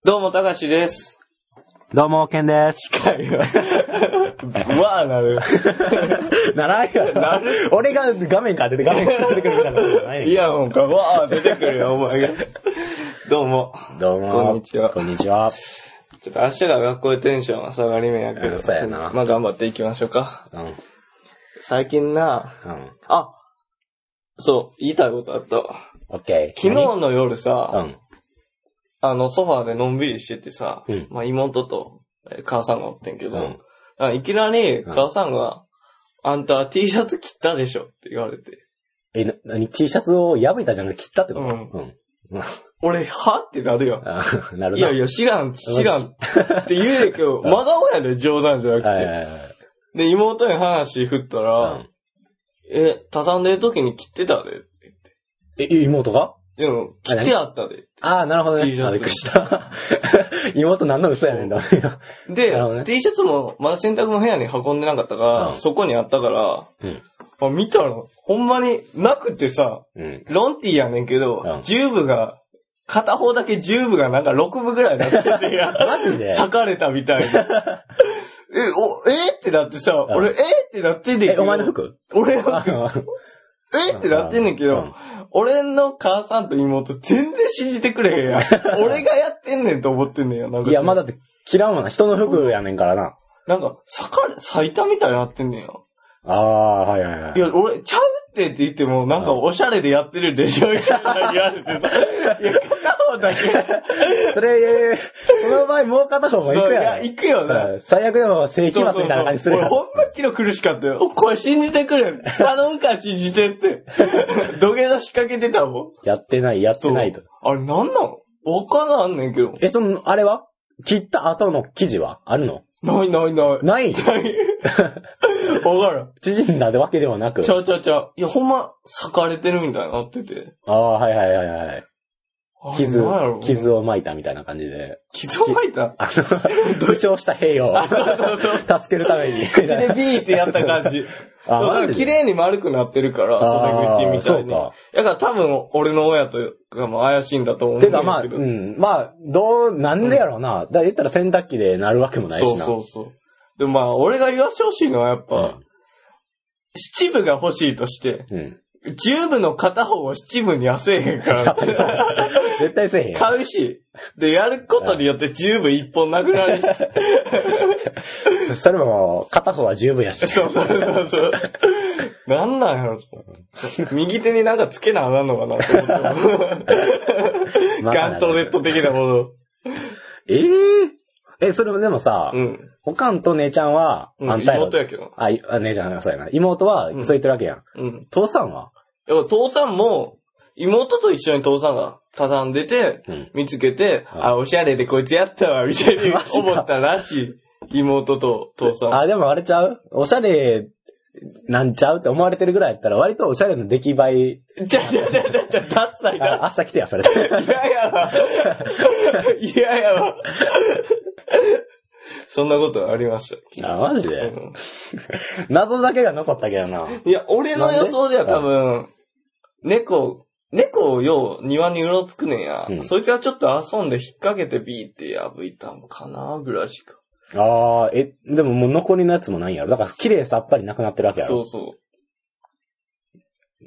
どうも、たかしです。 どうも、ケンです。 近いわ。わーなる。 ならんやなる。俺が画面から出てくるみたいなことじゃない。 イヤホンからわー出てくるよ、お前が。どうも。 どうも。 こんにちは。 こんにちは。 ちょっと明日が学校でテンションが下がり目やけど。 そうやな。 まあ頑張っていきましょうか。 うん。 最近な、 うん。 あ、そう、言いたいことあったわ。 オッケー。 昨日の夜さ、 うん。 ソファーでのんびりしててさ、 うん。 まあ妹と母さんがおってんけど、 うん。 いきなり母さんが、あんた T シャツ切ったでしょって言われて。 何 T シャツを破いたじゃなくて切ったってこと？ うん。 うん。 俺、はってなるよ。 なるな。 いやいや、知らんって言うけど、真顔やで、冗談じゃなくて。で、妹に話振ったら、畳んでる時に切ってたでって言って。妹が？ でも、切ってあったで。 なるほどね。 T シャツ。 びっくりした。妹何の嘘やねんだ。 で、ね、T シャツも、まだ洗濯も部屋に運んでなかったから、そこにあったから、見たら、ほんまになくてさ、ロンティーやねんけど、10部が、片方だけ10部がなんか6部ぐらいなってて、マジで裂かれたみたいな。ってなってさ、俺、ってなってんねんけど。 お前の服？ 俺の服。ってなってんねんけど、俺の母さんと妹全然信じてくれへんやん。俺がやってんねんと思ってんねんや。なんかいや、まあだって嫌うわな。人の服やねんからな。 なんか、咲いたみたいになってんねんや。 はいはいはい。 いや、俺、ちゃうって言っても、なんかおしゃれでやってるでしょみたいな言われてさ。いや、片方だけ。 それ、その場合もう片方も行くやん。 いや、行くよな。 最悪でも世紀末みたいな感じするやん。 俺ほんま昨日苦しかったよ。これ信じてくれ。頼むから信じてって。土下座仕掛けてたもん。 やってないと。 あれなんなの？わからんねんけど。 あれは切った後の生地はあるの？ ない。 ないわからん。 縮んだわけではなく。 ちゃう。いや、ほんま、裂かれてるみたいになってて。 はい。傷を巻いたみたいな感じで。 傷を巻いた？ 負傷した兵を助けるために。 口でビーってやった感じ。綺麗に丸くなってるから、袖口みたいに。だから多分、俺の親とかも怪しいんだと思うんだけど。 なんでやろうな。言ったら洗濯機でなるわけもないしな。 そう。でも俺が言わしてほしいのはやっぱ、七分が欲しいとして、10部の片方を7部にはせえへんから。 絶対せえへん。 買うし。で、やることによって10部1本なくなるし。 それも、片方は10部やし。 そう。なんなんやろ。右手になんかつけなあかんのかなと思って。ガントレット的なもの。それもでもさ、おかんと姉ちゃんは、 妹やけど。 姉ちゃんはそうやな。妹は、そう言ってるわけやん。父さんは？ 父さんも、妹と一緒に父さんが畳んでて、見つけて、おしゃれでこいつやったわ、みたいに思ったらしい。妹と父さん。 でもあれちゃう？おしゃれなんちゃうって思われてるぐらいやったら、割とおしゃれの出来栄え。 ダッサイだ。 明日来てや、それ。 いややわ。そんなことありました。 マジで？謎だけが残ったけどな。 いや、俺の予想では多分、猫をよう庭にうろつくねんや。そいつがちょっと遊んで引っ掛けてビーって破いたんかなぐらいしか。 でももう残りのやつもないんやろ。だから綺麗さっぱりなくなってるわけやろ。 そう。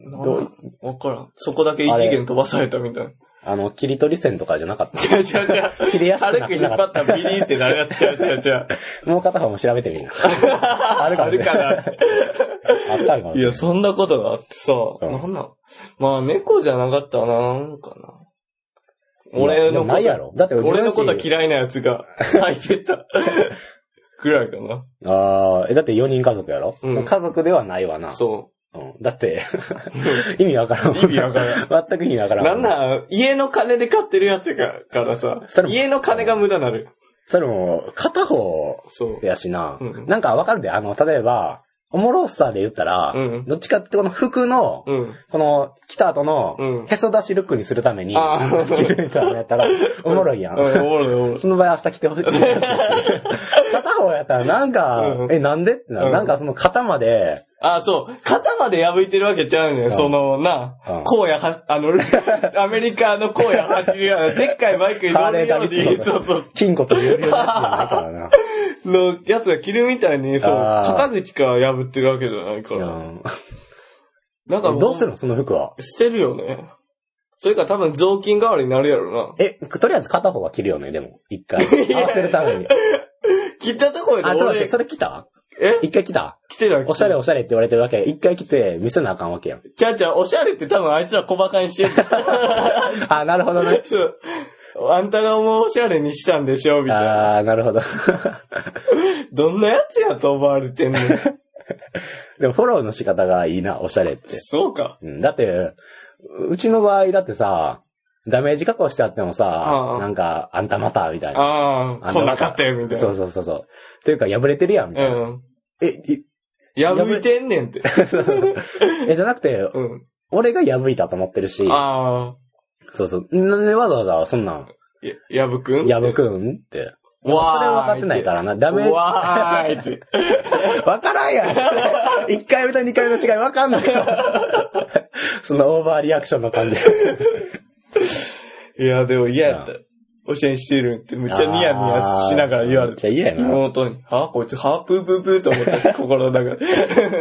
わからん。そこだけ異次元飛ばされたみたいな。 切り取り線とかじゃなかった。 違う。切りやすく軽く引っ張ったらビリーってなるやつ。違う。 もう片方も調べてみる。あるかな。あったかもしれない。 いや、そんなことがあってさ、なんなん？まあ、猫じゃなかったらなんかな。俺のこと嫌いなやつが咲いてた。ぐらいかな。 だって4人家族やろ？家族ではないわな。 そう。 だって、意味わからん。全く意味わからん。 なんなん家の金で買ってるやつからさ、家の金が無駄なる。 それも、片方やしな。なんかわかるで、例えば、おもろさで言ったら、どっちかってこの服の、この、着た後の、へそ出しルックにするために、着るみたいなやったら、おもろいやん。 おもろい。 その場合明日着てほしい。片方やったらなんか、なんでってな、なんかその肩まで、 あ、そう。肩まで破いてるわけちゃうねん。その、荒野アメリカの荒野走るような、でっかいバイクに乗るように、そう。 金庫というようなやつじゃないからな。 のやつが着るみたいに、そう、肩口から破ってるわけじゃないから。 なんかどうするのその服は。 捨てるよね。それから多分雑巾代わりになるやろな。 とりあえず片方は着るよね、でも。一回。合わせるために。 着たところで。 ちょっと待って、それ着た一回着た着てるおしゃれって言われてるわけ。一回着て見せなあかんわけやん。 ちゃう、おしゃれって多分あいつら小馬鹿にしてる。 なるほどね。 そう。あんたがもうおしゃれにしたんでしょみたいな。 なるほど。 どんなやつやと思われてんのでもフォローの仕方がいいな、おしゃれって。 そうか。 だって、うちの場合だってさ、ダメージ加工してあってもさ、なんか、あんたまた、みたいな。 こんな買ってみたいな。 そう。というか、破れてるやん、みたいな。 破いてんねんって。 じゃなくて、俺が破いたと思ってるし。そう。なんでわざわざそんなん。 破くんって。それ分かってないからな。ダメ。 わーいって。 分からんやん。1回目と2回目の違い分かんないよ。そのオーバーリアクションの感じ。 いや、でも嫌やった。おしゃれしてるってむっちゃニヤニヤしながら言われて。 めっちゃ嫌やな。 妹に、こいつ、プープープーと思ったし、心の中で。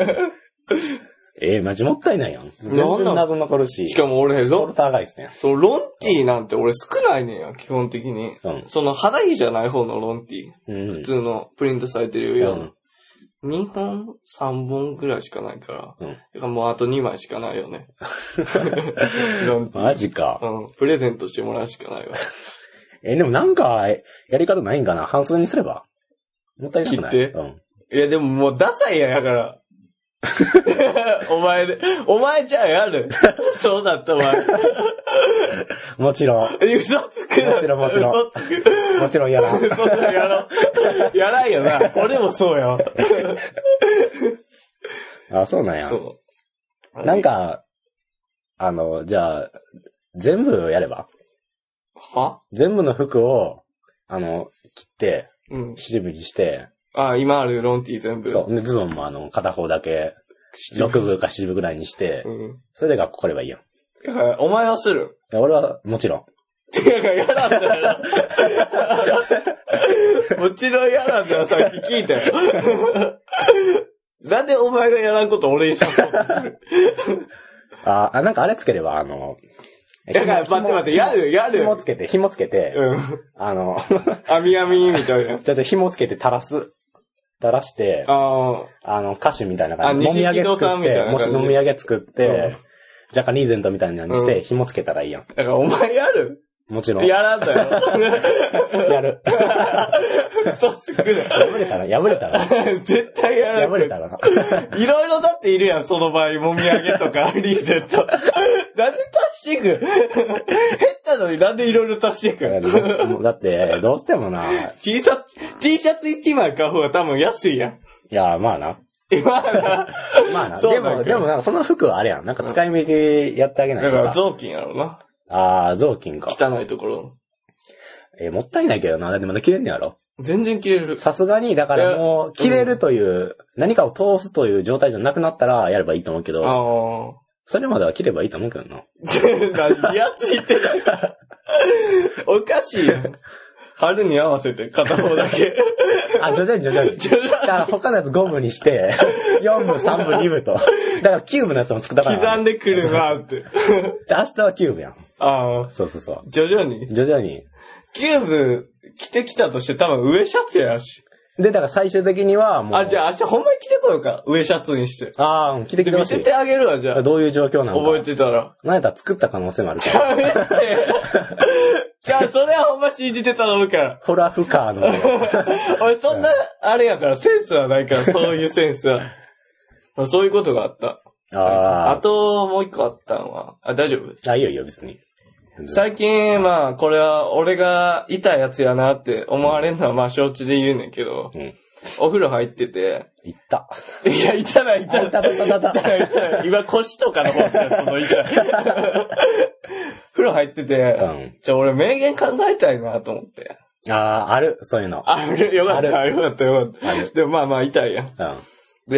マジもったいないやん。全然謎残るし。 しかも俺、 ロンターがいいっすね。 そう、ロンティーなんて俺少ないねんや、基本的に。その肌着じゃない方のロンティー。普通のプリントされてるような。2本 ?3 本ぐらいしかないから。だからもうあと2枚しかないよね。ロンティー。 マジか。 プレゼントしてもらうしかないわ。 でもなんか、やり方ないんかな半数にすればもったいなくない？ 切って。いやでももうダサいやから。お前じゃあやる。そうだったお前。 もちろん。 嘘つくな。 もちろん。 嘘つく。 もちろんやらん。 そうやろ。やらんよな。俺もそうよ。 そうなんや。 そう。 なんか、じゃあ、全部やれば？全部の服を、切って、七分にして、 今あるロンティー全部。 そう。で、ズボンも片方だけ、6分か7分ぐらいにして、それで学校来ればいいやん。 お前はする？ 俺は、もちろん。 嫌なんだよ。もちろん嫌なんだよ、さっき聞いたよ。なんでお前がやらんこと俺に誘うとする？ なんかあれつければ、 だから、待って、やる。 紐つけて、 網みたいな。 じゃ紐つけて垂らして、歌手みたいな感じで、もみあげ作って、ジャカニーゼントみたいなのにして、紐つけたらいいやん。 だからお前やる？ もちろん。 やらんだよ。 やる。 嘘つくな。 破れたら。 絶対やらん。 破れたら。 いろいろだっているやん、その場合、もみあげとか、リーゼント。なんで足していく？減ったのになんでいろいろ足していく？ だって、どうしてもな。 T シャツ1枚買う方が多分安いやん。 いや、まあな。 まあな。 でもなんかその服はあれやん。なんか使い道やってあげないとさ。 だから雑巾やろうな。 雑巾か。 汚いところ。 もったいないけどな。だってまだ着れんねやろ。 全然着れる。 さすがに、だからもう、着れるという、何かを通すという状態じゃなくなったらやればいいと思うけど。それまでは着ればいいと思うけどな。 いやついてない。おかしいよ。春に合わせて片方だけ。 徐々に。だから他のやつ5分にして、4分、3分、2分と。だから9分のやつも作ったから。 刻んでくるなって。 で、明日は9分やん。そう。 徐々に。9分着てきたとして多分上シャツやし。 で、だから最終的にはもう。 じゃあ明日ほんまに着てこようか。上シャツにして。 着てきてほしい。 見せてあげるわ、じゃあ。 どういう状況なのか。 覚えてたら。 なんやったら作った可能性もあるから。 じゃあ、それはほんま信じて頼むから。 ホラフカーの。 俺そんな、あれやから、センスはないから、そういうセンスは。そういうことがあった。あと、もう一個あったのは、大丈夫？ いいよ、別に。 最近、これは俺がいたやつやなって思われるのは承知で言うねんけど、お風呂入ってて。 行った。 いや、いたない。今腰とかの方で、そのいた。風呂入ってて、じゃあ俺名言考えたいなと思って。 ある、そういうの。 よかった。でも痛いやん。で、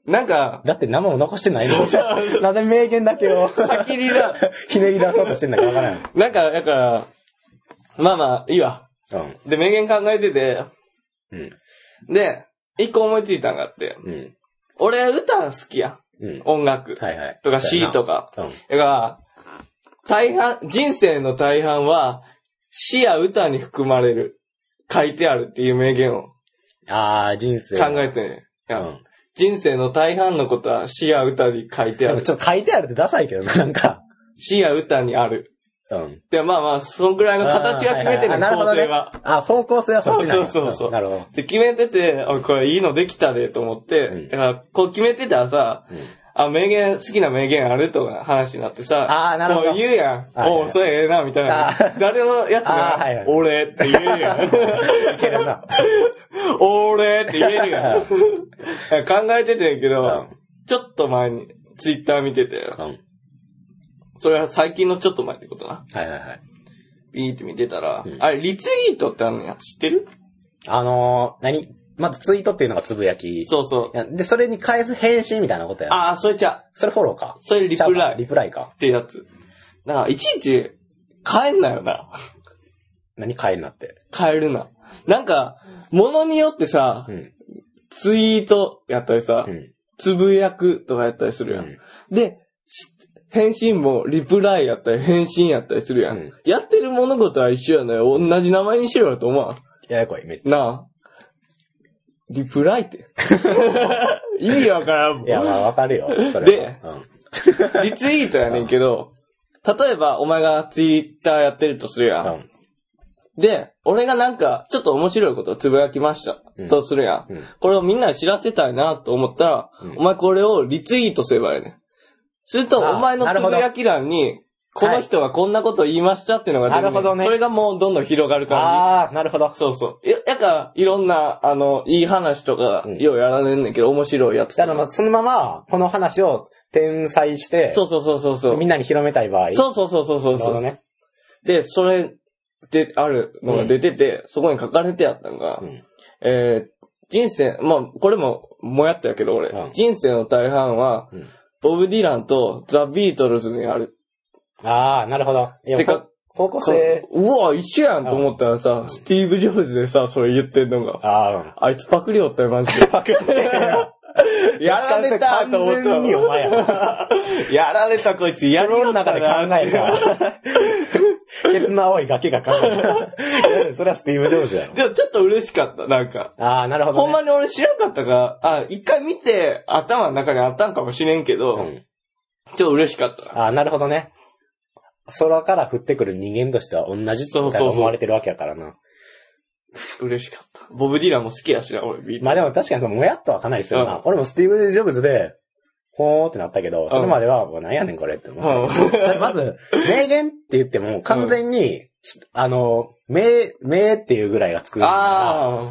なんか、 だって何も残してないのなぜ名言だけを先にな、 ひねり出そうとしてんだかわからん。 なんか、だから、まあまあ、いいわ。うん。で、名言考えてて、うん。で、一個思いついたんがあって、うん。俺、歌好きやん。うん。音楽。はいはい。とか詩とか。うん。だから、人生の大半は、詩や歌に含まれる。書いてあるっていう名言を。 人生。 考えてね。うん。人生の大半のことは詩や歌に書いてある。 ちょっと書いてあるってダサいけど、なんか。 詩や歌にある。うん。で、まあまあ、そんぐらいの形は決めてる、構成は。 方向性はそっちなんだ。 そう。 なるほど。 で、決めてて、これいいのできたで、と思って、うん、だからこう決めてたらさ、名言、好きな名言あるとか話になってさ、 なるほど。 こう言うやん。それええな、みたいな。誰のやつが、俺って言えるやん。いけるな。 俺って言えるやん。考えててんけど、ちょっと前にツイッター見てて、それは最近のちょっと前ってことな。 はいはいはい。 ピーって見てたら、あれ、リツイートってあるのや知ってる？ まずツイートっていうのがつぶやき。 そうそう。 で、それに返す返信みたいなことや。 それちゃ。 それフォローか。 それリプライ。 リプライか。 ってやつ。だから、いちいち、変えんなよな。 何変えんなって。 変えるな。なんか、ものによってさ、ツイートやったりさ、つぶやくとかやったりするやん。で、返信もリプライやったり返信やったりするやん。やってる物事は一緒やね。同じ名前にしろよと思わん。 ややこい、めっちゃ。 なあ。リプライって。意味わからんもん。 いや、まあわかるよ。 で、リツイートやねんけど、例えばお前がツイッターやってるとするやん。で、俺がなんか、ちょっと面白いことをつぶやきました。とするやん。これをみんなに知らせたいなと思ったら、お前これをリツイートすればいいねん。すると、お前のつぶやき欄に、この人がこんなこと言いましたっていうのが出る、 なるほどね。 それがもうどんどん広がる感じ。なるほど。 そうそう。やからいろんな、いい話とか、ようやらねんねんけど、面白いやつ。 だからそのまま、この話を転載して、 そう。 みんなに広めたい場合。 そう。なるほどね。で、それであるのが出てて、そこに書かれてあったのが、人生、まあ、これも、もやったやけど俺、人生の大半は、ボブ・ディランとザ・ビートルズにある。 なるほど。 てか、 方向性。 うわ、一緒やんと思ったらさ、スティーブ・ジョブズでさ、それ言ってんのが。あいつパクリおったよ、マジで。パクリやられたと思った。完全にお前や。やられたこいつ、やりの中で考えた。ケツの青いガキが考えた。それはスティーブ・ジョブズやろ。 でもちょっと嬉しかった、なんか。 なるほど、ね。 ほんまに俺知らんかったから、一回見て頭の中にあったんかもしれんけど、ちょっと嬉しかった。 なるほどね。空から降ってくる人間としては同じと思われてるわけやからな。 嬉しかった。ボブ・ディランも好きやしな、俺、ビート。 まあでも確かにもやっとはかなりするな。俺もスティーブ・ジョブズで、ほーってなったけど、それまでは、なんやねんこれって思う。まず、名言って言っても、完全に、名っていうぐらいがつくから、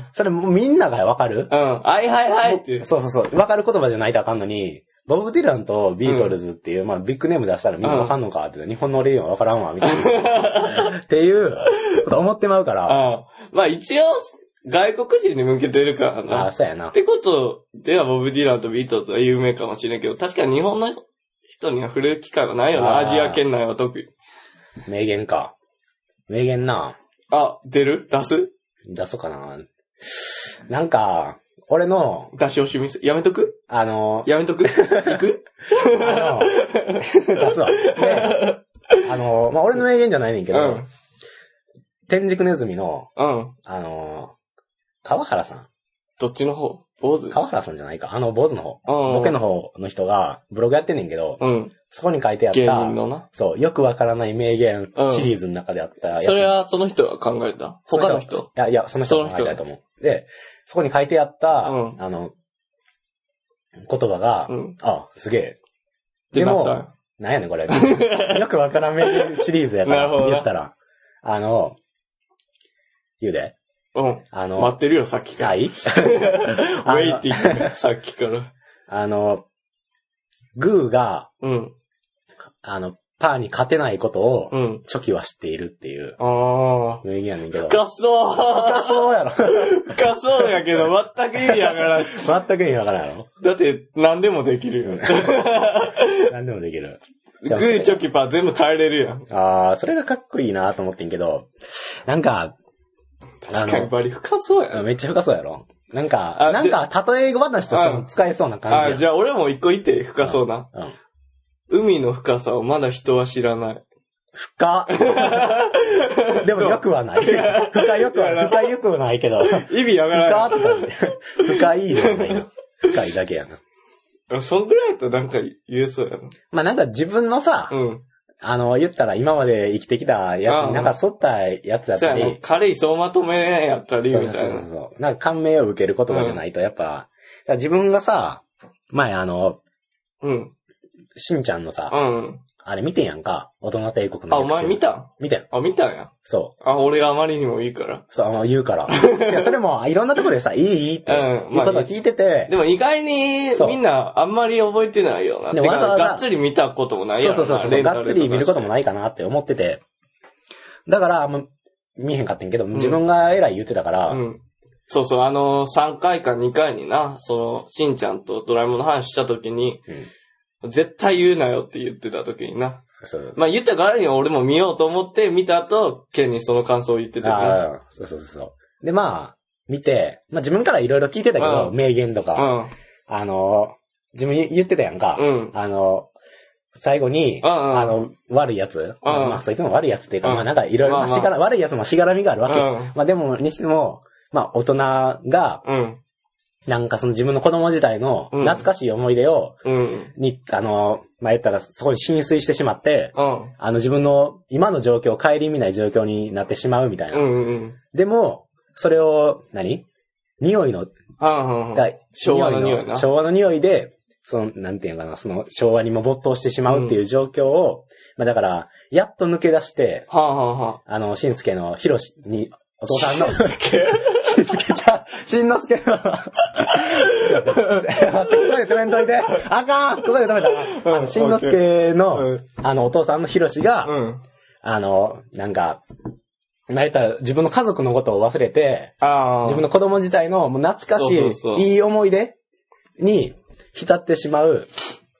それもみんながわかる？ はいって。 そう。わかる言葉じゃないとあかんのに、ボブ・ディランとビートルズっていう、まあビッグネーム出したらみんなわかんのかって、日本の俺にはわからんわ、みたいな。っていうこと思ってまうから。 まあ一応、外国人に向けてるからな。 そうやな。 ってことでは、ボブ・ディランとビートルズは有名かもしれんけど、確かに日本の人には触れる機会はないよな。アジア圏内は特に。 名言か。名言な。 出す出そうかな。なんか、俺の、 出し惜しみやめとくやめとく行く出すわ。で、まあ、俺の名言じゃないねんけど、天竺ネズミの、川原さん。 どっちの方？坊主？ 川原さんじゃないか。坊主の方。ボケの方の人がブログやってんねんけど、そこに書いてあった、 芸人のな。 そう、よくわからない名言シリーズの中であったやつ。 それはその人が考えた？他の人？ いや、その人が考えたと思う。で、そこに書いてあった、言葉が、すげえ。でも、なんやねんこれ。よくわからん名言シリーズやから言ったら、言うで。 待ってるよ、さっきから。はいウェイティング、さっきから。 グーが、 パーに勝てないことを、チョキは知っているっていう。名言やねんけど。 深そう深そうやろ。 深そうやけど、全く意味わからん。 全く意味わからんやろ。 だって、何でもできるよ。 何でもできる。 グーチョキパー全部変えれるやん。それがかっこいいなと思ってんけど、なんか、 確かにバリ深そうやな。 めっちゃ深そうやろ。なんか、例え英語話としても使えそうな感じ。 じゃあ俺も一個言って深そうな。海の深さをまだ人は知らない。 深でもよくはない。深よくはないけど。 意味わからない。 深いではないな。深いだけやな。そんぐらいとなんか言えそうやな。 まあなんか自分のさ、言ったら今まで生きてきたやつになんか沿ったやつだったり。 軽い総まとめやったりみたいな。 そう。なんか感銘を受ける言葉じゃないと、やっぱ、自分がさ、前しんちゃんのさ、あれ見てんやんか。大人帝国の。 お前見た見てん。 見たんや。 そう。 俺があまりにもいいから。 そう、言うから。いや、それも、いろんなとこでさ、いいって、いうこと聞いてて。 でも意外に、みんな、あんまり覚えてないよな。でもがっつり見たこともないやろな。 そう。がっつり見ることもないかなって思ってて。だから、見えへんかったんけど、自分が偉い言ってたから。 そう、3回か2回にな、しんちゃんとドラえもんの話した時に、絶対言うなよって言ってた時にな。言ったからに俺も見ようと思って見た後、ケンにその感想を言ってたよ。 そう。で、見て、自分からいろいろ聞いてたけど、名言とか、自分言ってたやんか。最後に、悪いやつ。そういっても悪いやつっていうか、なんかいろいろ、悪いやつもしがらみがあるわけ。でも、にしても、大人が、なんかその自分の子供時代の懐かしい思い出を、言ったらそこに浸水してしまって、自分の今の状況を顧みない状況になってしまうみたいな。でも、それを、匂いの、 昭和の匂いな。 昭和の匂いで、なんていうのかな、昭和にも没頭してしまうっていう状況を、だから、やっと抜け出して、しんすけのひろしに、お父さんの、しんのすけの、ここで止めんといて、あかんここで止めた。しんのすけの、お父さんのひろしが、なんか、自分の家族のことを忘れて、自分の子供自体のもう懐かしい、いい思い出に浸ってしまう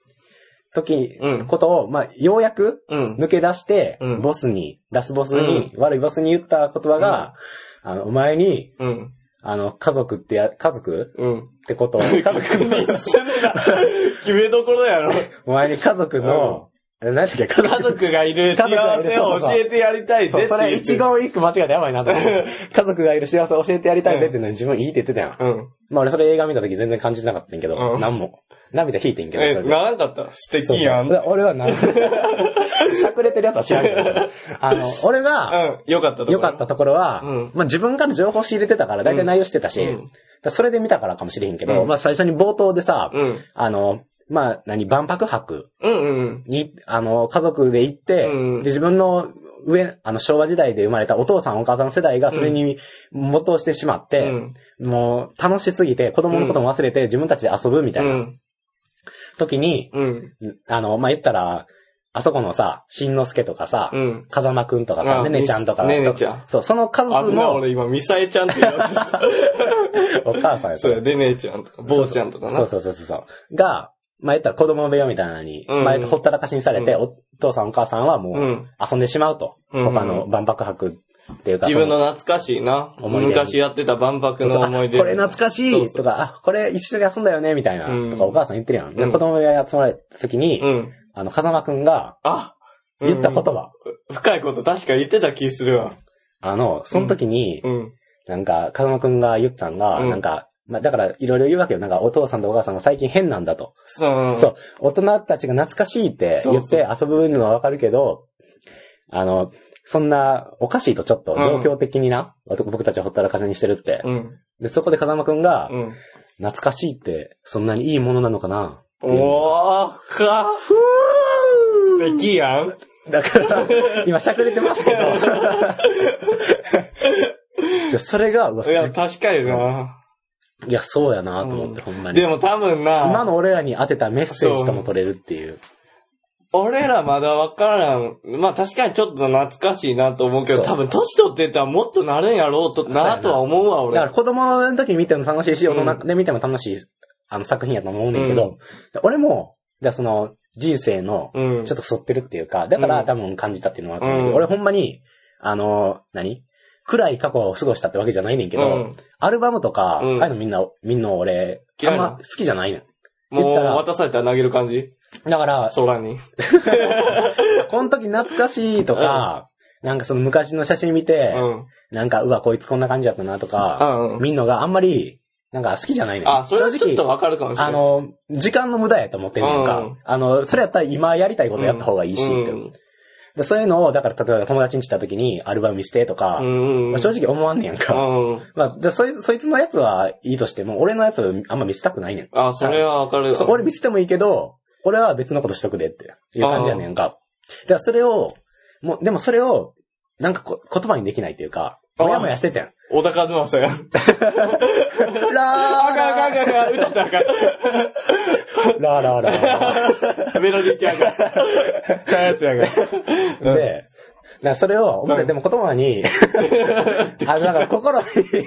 ことを、ようやく抜け出して、ラスボスに、悪いボスに言った言葉が、お前に、家族ってことを、家族に一緒だ。決めどころやろ。 お前に家族の、 何だっけ、家族がいる幸せを教えてやりたいぜって。 それ一言一句間違えてやばいなと思って。家族がいる幸せを教えてやりたいぜって自分いいって言ってたやん。俺それ映画見た時全然感じてなかったんやけど、なんも。涙引いてんけど。 ならんかった素敵やん。 俺はしゃくれてるやつは知らんけど。俺が、良かったところは、自分から情報仕入れてたから、だいたい内容してたし、それで見たからかもしれへんけど、最初に冒頭でさ、万博博に、家族で行って、で、自分の昭和時代で生まれたお父さんお母さん世代がそれに没頭してしまって、もう楽しすぎて子供のことも忘れて自分たちで遊ぶみたいな時に、言ったら、あそこのさ、しんのすけとかさ、風間くんとかさ、ねねちゃんとか。 ねねちゃん。 そう、その家族の。 俺今、みさえちゃんって言われた。 お母さんやった。 そうや、ねねちゃんとか、坊ちゃんとかな。 そう。が、言ったら子供部屋みたいなのに、ほったらかしにされて、お父さんお母さんはもう、遊んでしまうと。他の万博博っていうか。 自分の懐かしいな。昔やってた万博の思い出。 これ懐かしいとか、これ一緒に遊んだよねみたいな。とかお母さん言ってるやん。で、子供部屋集まれた時に、風間くんが、言った言葉。 深いこと確か言ってた気するわ。 その時に、なんか、風間くんが言ったんが、なんか、だから、いろいろ言うわけよ。なんか、お父さんとお母さんが最近変なんだと。そう。大人たちが懐かしいって言って遊ぶのはわかるけど、そんな、おかしいとちょっと、状況的にな、僕たちはほったらかしにしてるって。で、そこで風間くんが、懐かしいって、そんなにいいものなのかな。 素敵やん。 だから、今しゃくれてますけど。それが、 いや、確かにな。 いや、そうやなと思って、ほんまに。 でも多分な。 今の俺らに当てたメッセージとも取れるっていう。 俺らまだわからん。まあ確かにちょっと懐かしいなと思うけど、多分年取ってたらもっとなるんやろうと、なとは思うわ、俺。 だから子供の時に見ても楽しいし、大人で見ても楽しい、作品やと思うねんけど、俺も、その、人生の、ちょっと沿ってるっていうか、だから多分感じたっていうのはあると思うけど、俺ほんまに、暗い過去を過ごしたってわけじゃないねんけど、アルバムとか、ああいうのみんな俺、あんま好きじゃないねん。 もう渡されたら投げる感じ？ だから、 空に。 この時懐かしいとか、なんかその昔の写真見て、なんか、うわ、こいつこんな感じだったなとか、見んのがあんまり、なんか好きじゃないねん。 あ、それはちょっとわかるかもしれない。 時間の無駄やと思ってるねんか。それやったら今やりたいことやった方がいいし、でそういうのを、だから例えば友達に来た時にアルバム見せてとか、正直思わんねやんか。まあ、そいつのやつはいいとしても、俺のやつあんま見せたくないねん。 あ、それはわかる。 俺見せてもいいけど、俺は別のことしとくでっていう感じやねんか。だからそれを、でもそれを、なんか言葉にできないっていうか、もやもやしてたやん。 小田和正やん。 あかん。 歌ったらあかん。 ラー。 メロディーちゃうから。ちゃうやつやから。 で、それを、でも言葉に、だから心に、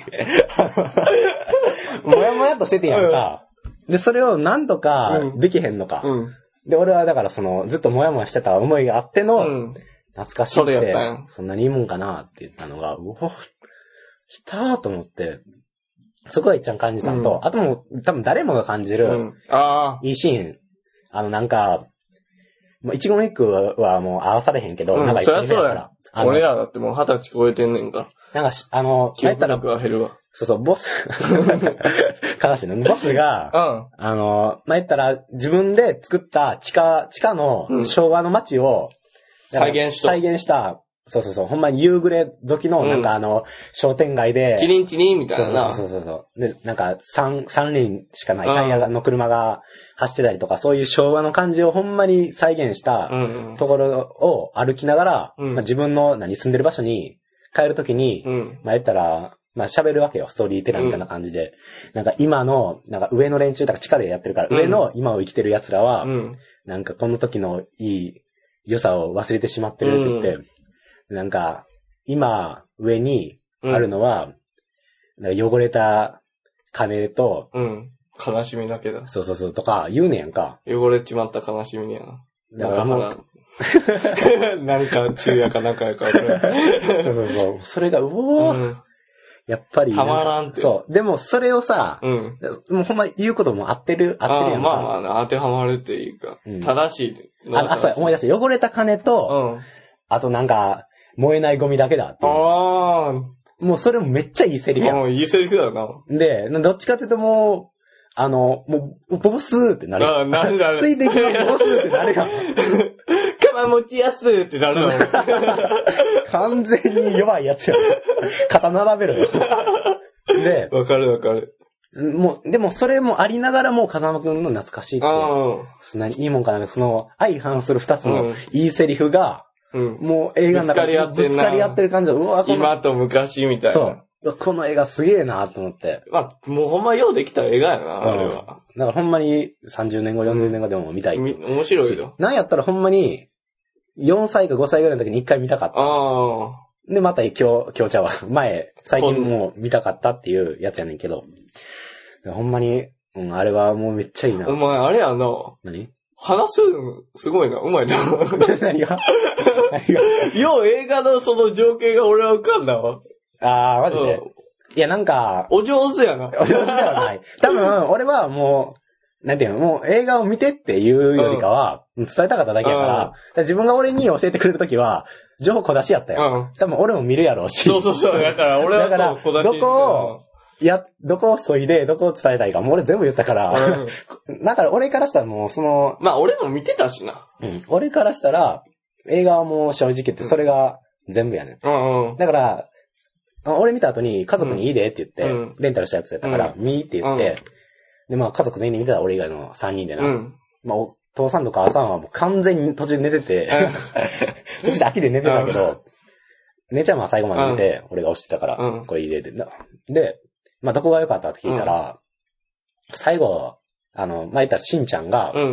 もやもやっとしててやんか。で、それをなんとかできへんのか。で、俺はだからずっともやもやしてた思いがあっての、懐かしいって、そんなにいいもんかなって言ったのが、来たーと思って、そこが一番感じたのと、あとも多分誰もが感じる、いいシーン、なんか、一言一句はもう合わされへんけど、なんか一緒にそうや。俺らだってもう20歳超えてんねんか。 なんか記憶力が減るわ。 そう、ボス、悲しいね。ボスが、言ったら自分で作った地下の昭和の街を、 再現した、そう。ほんまに夕暮れ時の、なんか商店街で。 チリンチリンみたいな。 そう。で、なんか三輪しかないタイヤの車が走ってたりとか、そういう昭和の感じをほんまに再現したところを歩きながら、自分の住んでる場所に帰るときに、言ったら、喋るわけよ。ストーリーテラーみたいな感じで。なんか今の、なんか上の連中とか地下でやってるから、上の今を生きてる奴らは、なんかこの時のいい良さを忘れてしまってるって言って、なんか、今、上にあるのは、なんか汚れた金と、 悲しみだけだ。 そう、とか言うねやんか。 汚れちまった悲しみやな。 だからもう、 なんか昼夜かなんかやから。 そう。それが、やっぱり。 たまらんって。 そう。でも、それをさ、もうほんま言うことも合ってるやんか。 まあ、当てはまるっていうか、正しい。 そう、思い出して、汚れた金と、あとなんか、燃えないゴミだけだって。もうそれもめっちゃいいセリフやん。 いいセリフだよな。 で、どっちかっていうともうボスってなる。 なる。 ついていきます、ボスってなるやん。 釜持ちやすってなるの。 完全に弱いやつやん。肩並べるよ。で、 わかる。 でもそれもありながらも風間くんの懐かしいって。そんなにいいもんかな。その相反する二つのいいセリフが、もう映画の中でぶつかり合ってる感じで、 今と昔みたいな。 そう。この映画すげえなと思って。 もうほんまようできた映画やな、あれは。 だからほんまに30年後、40年後でも見たい。 面白いよ。 なんやったらほんまに、4歳か5歳ぐらいの時に一回見たかった。で、また今日ちゃうわ。最近もう見たかったっていうやつやねんけど。ほんまに、あれはもうめっちゃいいな。 お前、あれやな。 何話すのすごいな。うまいな。 何がよう映画のその情景が俺は浮かんだわ。 マジで。いや、なんか。 お上手やな。 お上手ではない。多分、俺はもう、なんていうの、もう映画を見てっていうよりかは、伝えたかっただけやから、自分が俺に教えてくれるときは、情報小出しやったよ。多分俺も見るやろうし。 そう。だから俺は小出し。 どこを削いで、どこを伝えたいか、もう俺全部言ったから。だから俺からしたらもうまあ俺も見てたしな。 俺からしたら、映画はもう正直言ってそれが全部やねん。だから、俺見た後に家族にいいでって言って、レンタルしたやつやったから、見って言って、で、まあ家族全員で見てた俺以外の3人でな。まあお父さんと母さんはもう完全に途中で寝てて、途中で秋で寝てたけど、姉ちゃんは最後まで寝て、俺が押してたから、これいいでって。で、まあどこが良かったって聞いたら、最後、言ったらしんちゃんが、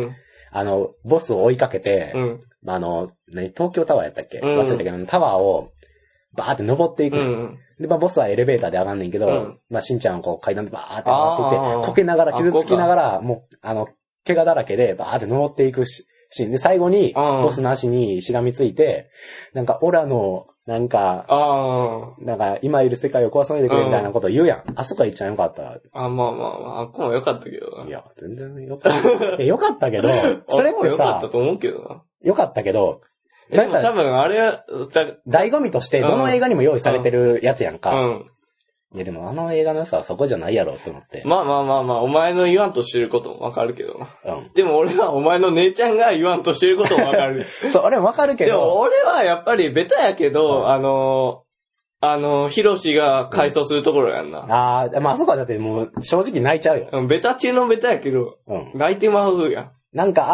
ボスを追いかけて、東京タワーやったっけ、忘れたけど、タワーを、バーって登っていく。で、ボスはエレベーターで上がんねんけど、しんちゃんはこう階段でバーって登っていって、こけながら、傷つきながら、もう、怪我だらけでバーって登っていくシーンで、最後に、ボスの足にしがみついて、なんか、オラの、なんか、今いる世界を壊さないでくれみたいなこと言うやん。あそこは言っちゃよかった。 まあ、あっこもよかったけどな。 いや、全然よかった。よかったけど、それってさ、 よかったと思うけどな。 よかったけど、 なんか多分あれは、 醍醐味としてどの映画にも用意されてるやつやんか。いやでも映画の良さはそこじゃないやろって思って。 まあ、お前の言わんとしてることもわかるけどな。でも俺はお前の姉ちゃんが言わんとしてることもわかる。 そう、俺もわかるけど。 でも俺はやっぱりベタやけど、ヒロシが回想するところやんな。 まあそこはだってもう正直泣いちゃうよ。 ベタ中のベタやけど、泣いてまうやん。 なんか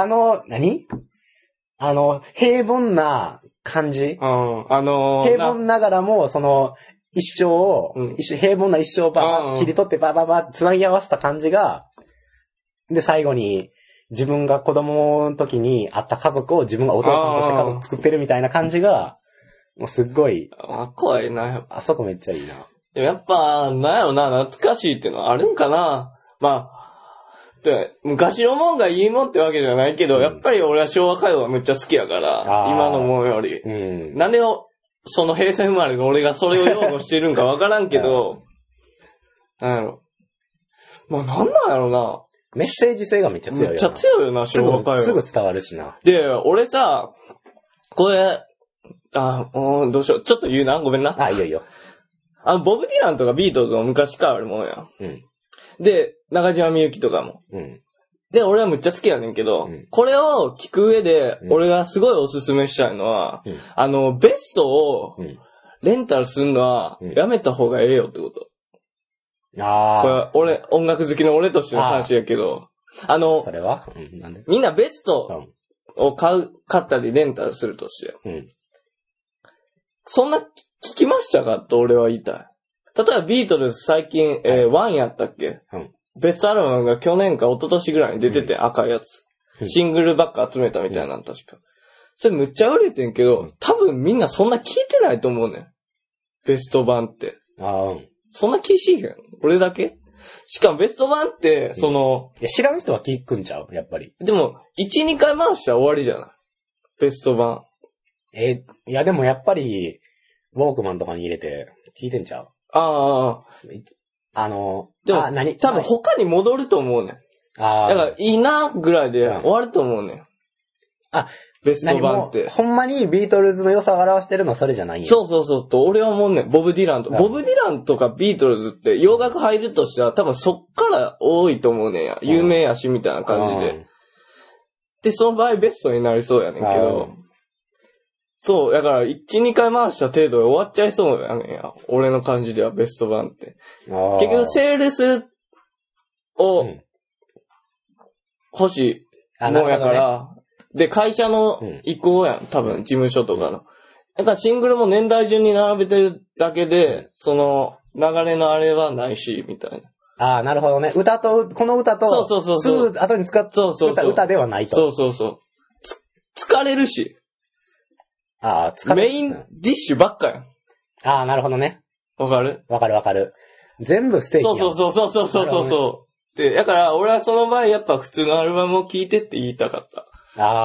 平凡な感じ、平凡ながらも、一生を、平凡な一生を切り取って繋ぎ合わせた感じが、で、最後に、自分が子供の時に会った家族を自分がお父さんとして家族作ってるみたいな感じが、もうすっごい。 怖いな。 あそこめっちゃいいな。 でもやっぱ、なんやろな、懐かしいってのはあるんかな。まあ、昔のもんがいいもんってわけじゃないけど、やっぱり俺は昭和歌謡はめっちゃ好きやから、今のもんより。なんでその平成生まれの俺がそれを擁護してるんかわからんけど、なんやろ。まあなんなんやろな。 メッセージ性がめっちゃ強いよな。 めっちゃ強いよな、昭和歌謡。 すぐ伝わるしな。 で、俺さ、これ、どうしよう。ちょっと言うな。ごめんな。 いいよ。 ボブ・ディランとかビートルズも昔からあるもんや。で、中島みゆきとかも。で、俺はむっちゃ好きやねんけど、これを聞く上で、俺がすごいおすすめしたいのは、ベストをレンタルするのはやめた方がええよってこと。これ、音楽好きの俺としての話やけど、 それはなんでみんなベストを買ったりレンタルするとして。そんな聞きましたかと俺は言いたい。例えばビートルズ最近、ワンやったっけ、ベストアルバムが去年か一昨年ぐらいに出てて、赤いやつ。シングルばっか集めたみたいなの確か。それむっちゃ売れてんけど、多分みんなそんな聞いてないと思うねん。ベスト版って。そんな気しへん。俺だけしかもベスト版って、 知らん人は聞くんちゃうやっぱり。 でも、1、2回回したら終わりじゃないベスト版。 いやでもやっぱり、ウォークマンとかに入れて聞いてんちゃうでも、多分他に戻ると思うねん。だからいいなぐらいで終わると思うねん。ベスト版って。 ほんまにビートルズの良さを表してるのはそれじゃないんや。 そうと、俺は思うねん。ボブ・ディランとかビートルズって洋楽入るとしたら多分そっから多いと思うねんや。有名やしみたいな感じで。で、その場合ベストになりそうやねんけど。そう、だから、1、2回回した程度で終わっちゃいそうやねんや。俺の感じではベスト版って。結局、セールスを欲しいもんやから、で、会社の意向やん。多分、事務所とかの。だからシングルも年代順に並べてるだけで、その、流れのあれはないし、みたいな。なるほどね。この歌と、すぐ後に使った歌ではないと。 疲れるし。メインディッシュばっかやん。 なるほどね。 わかる。 全部ステーキやん。 そう。で、だから俺はその場合やっぱ普通のアルバムを聴いてって言いたかった。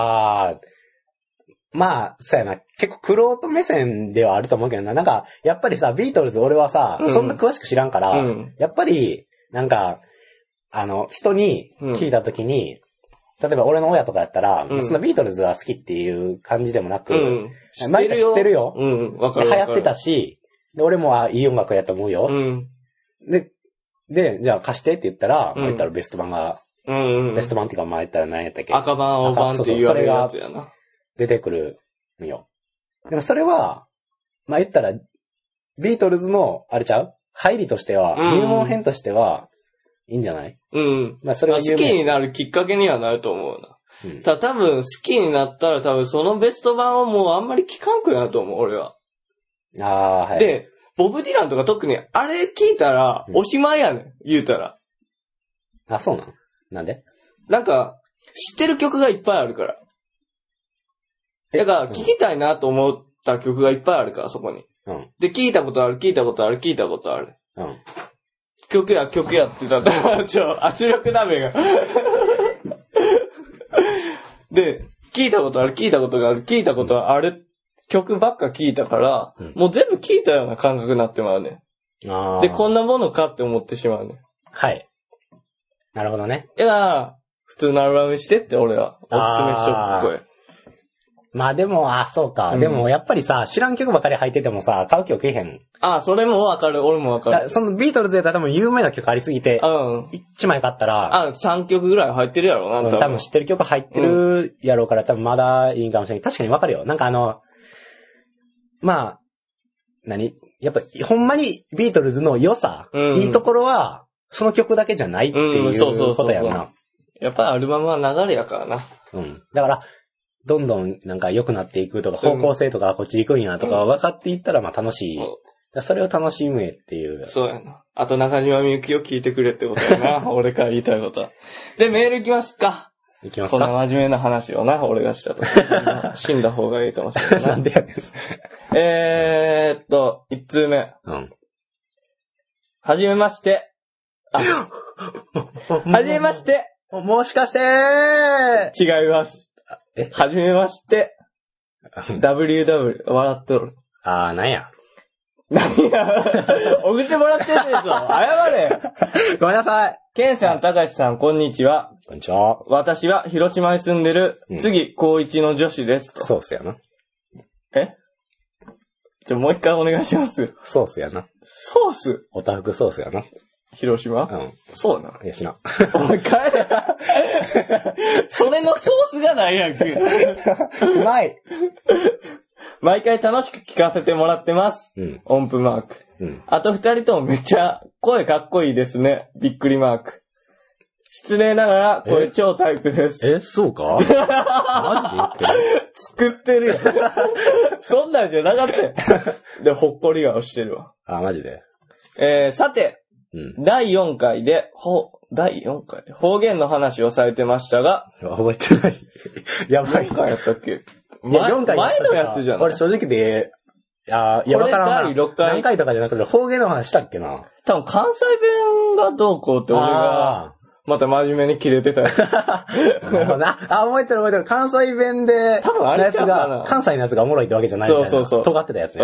まあ、そうやな。結構クロート目線ではあると思うけどな。なんか、やっぱりさ、ビートルズ俺はさ、そんな詳しく知らんから、やっぱり、なんか、人に聞いたときに、例えば俺の親とかやったら、そんなビートルズが好きっていう感じでもなく、毎回知ってるよ。 わかる。 流行ってたし、で俺もいい音楽やと思うよ。で、じゃあ貸してって言ったら、言ったらベスト版が、ベスト版っていうか言ったら何やったっけ赤版、青版って言われるやつやな。 出てくるのよ。でもそれは、言ったら、ビートルズの、あれちゃう入りとしては、入門編としては、いいんじゃない？ それは好きになるきっかけにはなると思うな。多分好きになったら多分そのベスト版をもうあんまり聞かんくなると思う、俺は。 はい。 で、ボブ・ディランとか特にあれ聞いたらおしまいやねん、言うたら。 そうなの？なんで？ なんか、 知ってる曲がいっぱいあるから。だから、聴きたいなと思った曲がいっぱいあるから、そこに。うん。で、聴いたことある。うん。曲やって言ったら、圧力鍋が。で、聞いたことある曲ばっか聞いたから、うん、もう全部聞いたような感覚になってまうね。で、こんなものかって思ってしまうね。 はい。なるほどね。 いや、普通のアルバムにしてって俺はおすすめしとく声。 まあでも、そうか。でもやっぱりさ、知らん曲ばかり入っててもさ、買う曲けえへん。 それもわかる。俺もわかる。 そのビートルズで多分有名な曲ありすぎて、1枚買ったら、 3曲ぐらい入ってるやろな、 多分知ってる曲入ってるやろうから多分まだいいかもしれない。確かにわかるよ。なんかまあ、やっぱほんまにビートルズの良さ、いいところは、その曲だけじゃないっていうことやろな。 やっぱりアルバムは流れやからな。 うん。だから、どんどんなんか良くなっていくとか、方向性とかこっち行くんやとか分かっていったらまあ楽しい。それを楽しむっていう。 そうやな。あと中島みゆきを聞いてくれってことやな。俺から言いたいことは。で、メール行きますか。 行きますか。 こんな真面目な話をな、俺がしたと。死んだ方がいいかもしれないな。 なんでやねん。1通目。うん。はじめまして。はじめまして。 もしかして違います。はじめまして。WW、笑っとる。 なんや。 送ってもらってるでしょ。謝れ。 ごめんなさい。 ケンさん、たかしさん、こんにちは。 こんにちは。 私は広島に住んでる、次、高一の女子ですと。 ソースやな。 もう一回お願いします。 ソースやな。 ソースおたふくソースやな。 広島？ うん。 そうな。 いやしな。 お前帰れ。それのソースがないやんけ。 うまい。 毎回楽しく聞かせてもらってます。うん。音符マーク。うん。あと二人ともめっちゃ声かっこいいですね。びっくりマーク。失礼ながらこれ超タイプです。 そうか？マジで言ってる？ 作ってるよ。そんなんじゃなかったよ。で、ほっこり顔してるわ。 マジで。 さて。うん、第4回で方言の話をされてましたが。 覚えてない。やばい。 4回やったっけ？ 4回前のやつじゃない？ 俺正直で、わからんな。 第6回。 何回とかじゃなくて方言の話したっけな？ 多分関西弁がどうこうって俺が、また真面目にキレてたやつ。 なるほどな。覚えてる。関西弁で、 多分あれやつが、 関西のやつがおもろいってわけじゃないみたいな。そう。尖ってたやつね。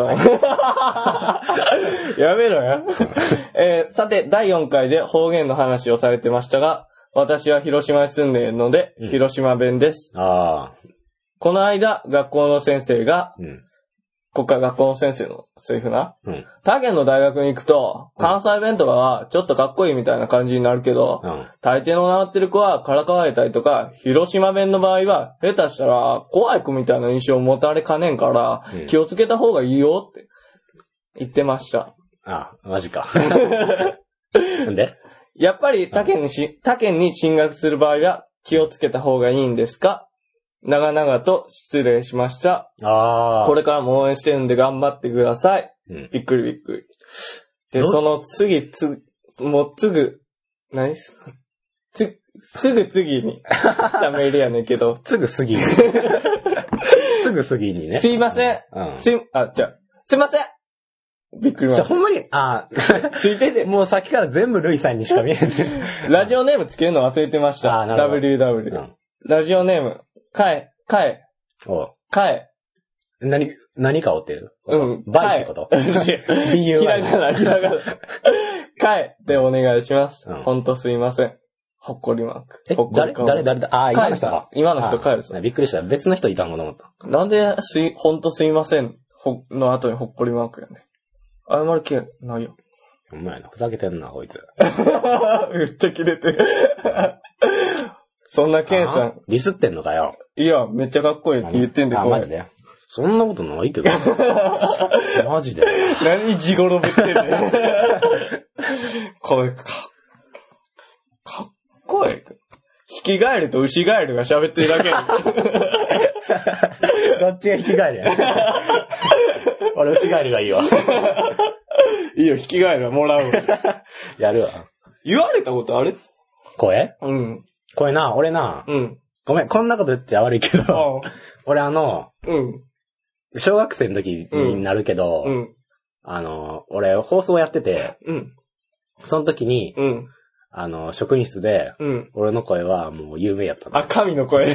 やめろよ。さて、第4回で方言の話をされてましたが、私は広島に住んでいるので、広島弁です。この間、学校の先生が、こっから学校の先生のセリフな。他県の大学に行くと、関西弁とかはちょっとかっこいいみたいな感じになるけど、大抵の習ってる子はからかわれたりとか、広島弁の場合は、下手したら怖い子みたいな印象を持たれかねんから、気をつけた方がいいよって言ってました。 マジか。なんで？ やっぱり他県に進学する場合は気をつけた方がいいんですか？長々と失礼しました。これからも応援してるんで頑張ってください。びっくり。で、その次に来たメールやねんけど。 すぐ次にね。 すいません。すいません。びっくりマーク。 ほんまに、 ついてて。 もうさっきから全部ルイさんにしか見えんね。 ラジオネームつけるの忘れてました。WW。ラジオネーム。かえ。 何かをっていう。バイってことひらがな。かえでお願いします。ほんとすいません。ほっこりマーク。 誰今の人か。 今の人かえです。 びっくりした。別の人いたもの思った。 なんで、ほんとすいません。の後にほっこりマークやね。謝る気ないよ。 お前な、ふざけてんな、こいつ。 めっちゃキレてる。そんなケンさん。 ディスってんのかよ。 いや、めっちゃかっこいいって言ってんで、 マジで。そんなことないけど。マジで。 何地頃ぶってんねん。これ、かっこいい。ヒキガエルとウシガエルが喋ってるだけ。 どっちがヒキガエルや。俺ウシガエルがいいわ。 いいよ、ヒキガエルはもらうわ。 やるわ。 言われたことある？ 声？ うん。 声な、俺な、 ごめん、こんなこと言っちゃ悪いけど、俺小学生の時になるけど、俺放送やってて、その時に、職員室で、俺の声はもう有名やったの。 あ、神の声。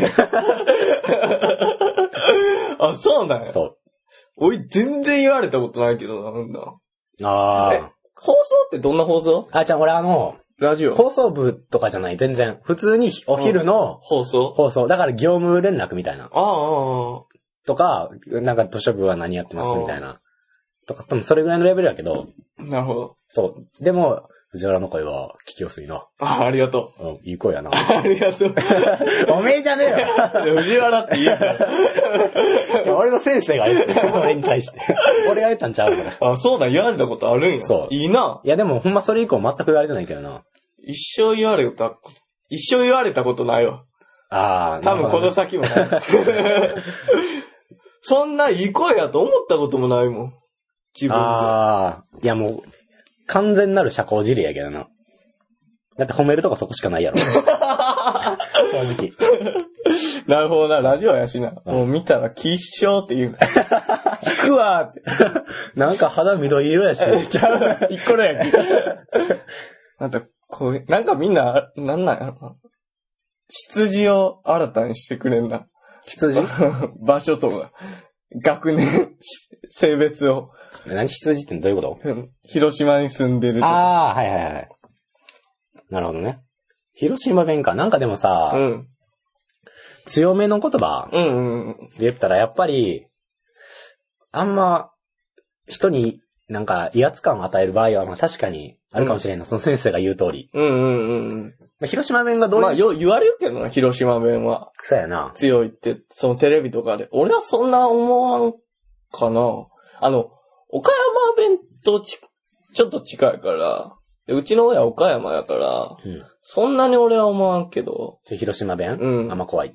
あ、そうなんや。 そう。 おい、全然言われたことないけどなんだ。放送ってどんな放送？ じゃあ俺ラジオ放送部とかじゃない、全然。普通にお昼の放送。 だから業務連絡みたいな。 とか、なんか図書部は何やってますみたいな。とか、多分それぐらいのレベルやけど。 なるほど。 そう。でも、藤原の声は聞きやすいな。 ありがとう。いい声やな。 ありがとう。 おめえじゃねえよ。藤原って言えたよ。俺の先生が言って、俺に対して。俺が言ったんちゃうから。 あ、そうだ、言われたことあるんや。 そう。 いいな。 いや、でもほんまそれ以降全く言われてないけどな。 一生言われたことないわ。多分この先もない。そんないい声やと思ったこともないもん。自分で。 いやもう、完全なる社交辞令やけどな。だって褒めるとこそこしかないやろ。正直。 なるほどな、ラジオやしな。もう見たら気象って言う。聞くわーって。 なんか肌緑色やし。 ちゃう。一個やき。なんかみんな、なんなんやろな。出自を新たにしてくれんな。 出自場所とか、学年、性別を。 何出自ってどういうこと？ 広島に住んでるとか。 はいはいはい。なるほどね。広島弁か。なんかでもさ、強めの言葉で言ったらやっぱり、あんま人になんか威圧感を与える場合はまあ確かにあるかもしれんの。その先生が言う通り。広島弁がどういう。 まあ言われるけどな、広島弁は。 そうやな。 強いって、そのテレビとかで。俺はそんな思わんかな。岡山弁とちょっと近いから、うちの親岡山やから、そんなに俺は思わんけど。 広島弁？あんま怖いって。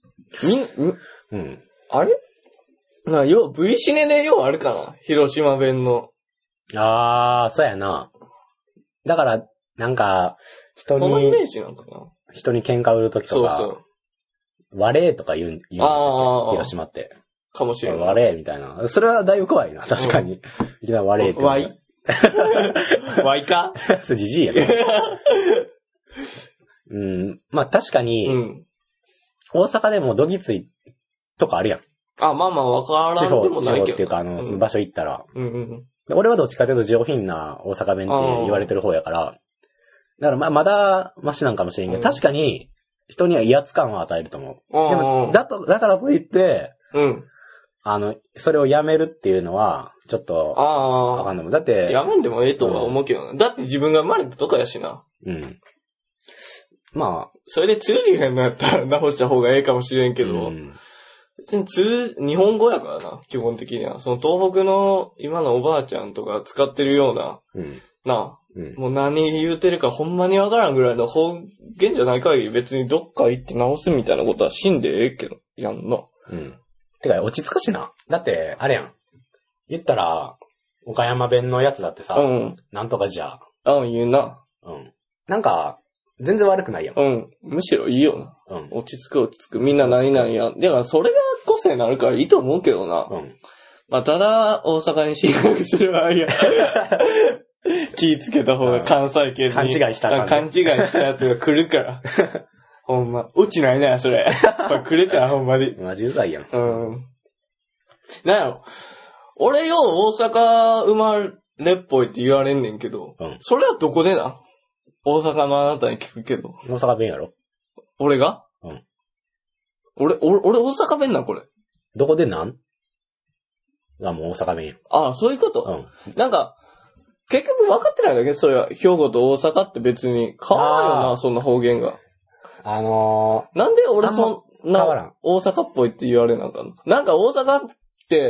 あれV シネであるかな広島弁の。 そうやな。だから、なんか、 そのイメージなんかな。 人に喧嘩売るときとか、割れとか言う広島って。 かもしれない。 割れみたいな。それはだいぶ怖いな、確かに。いきなり割れって。 ワイかそれじじいやね。まあ確かに、大阪でもどぎついとかあるやん。 まあわからんでもないけど。 地方っていうか、その場所行ったら。俺はどっちかというと上品な大阪弁って言われてる方やから。だからまだマシなんかもしれんけど、確かに人には威圧感を与えると思う。でも、だからといって、それをやめるっていうのは、ちょっと、わかんないもん。だって、 やめんでもええとは思うけどな。だって自分が生まれたとかやしな。 まあ、 それで通じへんのやったら直した方がええかもしれんけど、別に日本語やからな、基本的には。その東北の今のおばあちゃんとか使ってるような、もう何言うてるかほんまにわからんぐらいの方言じゃない限り別にどっか行って直すみたいなことは死んでええけど、やんな。 てか落ち着くしな。だって、あれやん。言ったら、岡山弁のやつだってさ、なんとかじゃ。 言うな。 なんか、全然悪くないやん。 むしろいいよな。落ち着く。みんな何々や。だからそれが個性になるからいいと思うけどな。まあ、ただ、大阪に進学する場合や。気ぃつけた方が関西圏に。 勘違いしたやつが来るから。ほんま。うちないな、それ。これくれたらほんまに。 マジうざいやん。 なんやろ。俺よ、大阪生まれっぽいって言われんねんけど。それはどこでな？大阪のあなたに聞くけど。 大阪弁やろ？ 俺が？俺大阪弁なんこれ。 どこでなんもう大阪弁や。そういうこと？なんか、結局分かってないだけそれは。兵庫と大阪って別に変わらんよな、そんな方言が。なんで俺そんな大阪っぽいって言われなあかんの？なんか大阪って、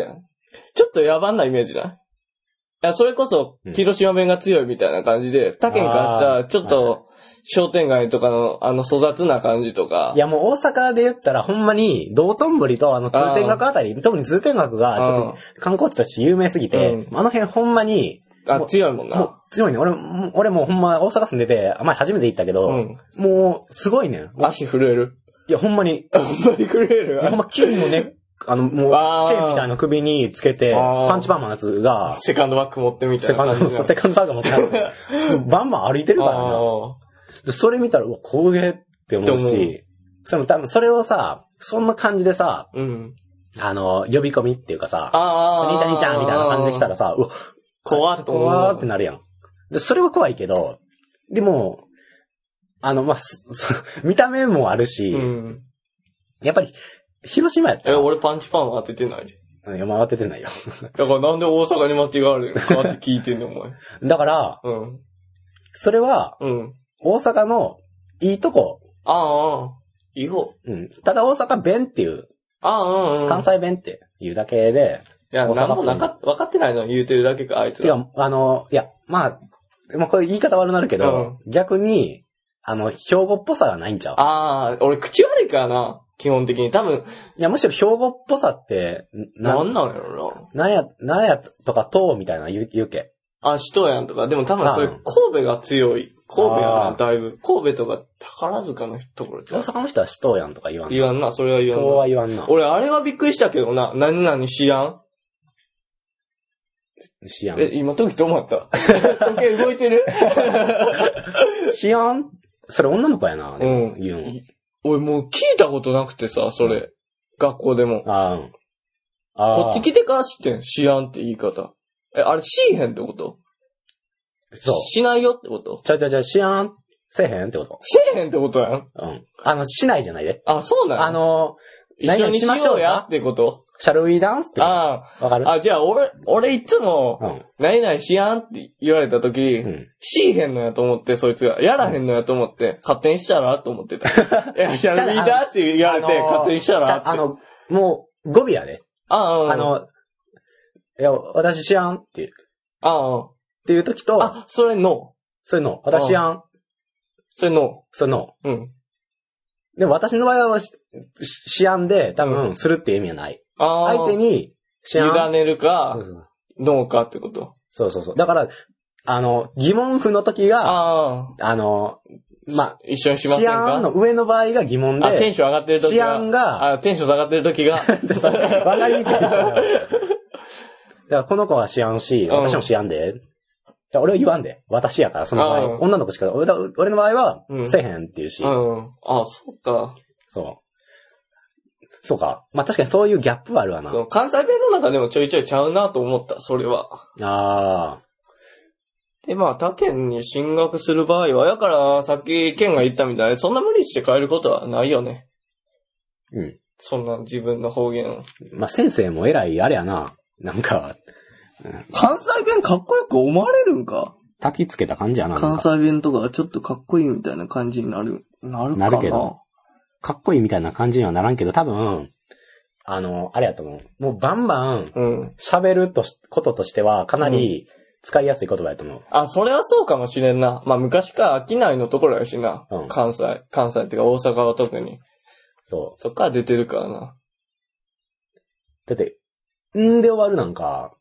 ちょっと野蛮なイメージない？いや、それこそ、広島弁が強いみたいな感じで、他県からしたら、ちょっと、商店街とかの、粗雑な感じとか。 いや、もう大阪で言ったら、ほんまに、道頓堀と通天閣あたり、特に通天閣が、ちょっと、観光地として有名すぎて、あの辺ほんまに、 強いもんな。 もう強いね。俺もうほんま大阪住んでて、前初めて行ったけど、もう、すごいね。 足震える？ いや、ほんまに。 ほんまにくれる？ ほんま金のね、もう、チェーンみたいな首につけて、パンチパーマのやつが、 セカンドバッグ持ってみたいな感じ。 セカンドバッグ持ってバンバン歩いてるからな。それ見たら、うわ、こげって思うし、多分それをさ、そんな感じでさ、呼び込みっていうかさ、兄ちゃん兄ちゃんみたいな感じで来たらさ、うわ、怖ってなるやん。で、それは怖いけど、でも、見た目もあるし、やっぱり、広島やったら。 俺パンチパーマ当ててないで。 いや、当ててないよ。 だからなんで大阪に間違われるかって聞いてんの、お前。 だから、それは、大阪のいいとこ。 いい方。 ただ大阪弁っていう。関西弁っていうだけで。 いや、なんも分かってないの言うてるだけか、あいつら。 いや、まあこれ言い方悪なるけど、逆に、兵庫っぽさがないんちゃう？俺口悪いからな。基本的に。多分。 いや、むしろ兵庫っぽさって、 なんなんやろな。なんやとか、とみたいな言うけ。 首都やんとか。でも多分それ、神戸が強い。神戸やな、だいぶ。神戸とか宝塚のところ大阪の人は首都やんとか言わんな。 言わんな、それは言わんな。 とは言わんな。 俺、あれはびっくりしたけどな。何々知らん？ 知らん。 今時止まった。時計動いてる？ 知らん？それ女の子やな、言うの。 俺もう聞いたことなくてさ、それ。学校でも。こっち来てから知ってん。知らんって言い方。あれしへんってこと？ そう。 しないよってこと？ 知らんせえへんってこと？ せえへんってことやん？ しないじゃないで。 そうなん？一緒にしましょうやってこと？ シャルウィーダンスって。わかる？ じゃあ俺いつも、何々しやんって言われたとき、しへんのやと思って、そいつが、やらへんのやと思って、勝手にしたらと思ってた。いや、シャルウィーダンスって言われて、勝手にしたらって。 もう、語尾やで。いや、私しやんっていう。っていうときと、 それの。 私しやん。 それの。 でも私の場合は、しやんで、多分、するっていう意味はない。相手に、 委ねるか、どうかってこと。 そう。だから、疑問符の時が、 一緒にしませんか？ シアンの上の場合が疑問で、 テンション上がってる時が、 シアンが、 テンション下がってる時が、 わかりにくい。だからこの子はシアンし、私もシアンで、俺は言わんで。私やから、その場合。女の子しか、俺の場合は、せえへんっていうし。 そうか。 そうか。まあ、確かにそういうギャップはあるわな。 関西弁の中でもちょいちょいちゃうなと思った、それは。で、他県に進学する場合は、だからさっき県が言ったみたいに、そんな無理して変えることはないよね。そんな自分の方言を。 先生も偉い、あれやな。なんか、 関西弁かっこよく思われるんか？ 焚きつけた感じやな。 関西弁とかちょっとかっこいいみたいな感じになるかな。 なるけど。かっこいいみたいな感じにはならんけど、多分、あれやと思う。もうバンバン、喋ることとしては、かなり使いやすい言葉やと思う。 それはそうかもしれんな。昔から商いのところやしな。関西ってか大阪は特に。そっから出てるからな。 だって、んで終わるなんか、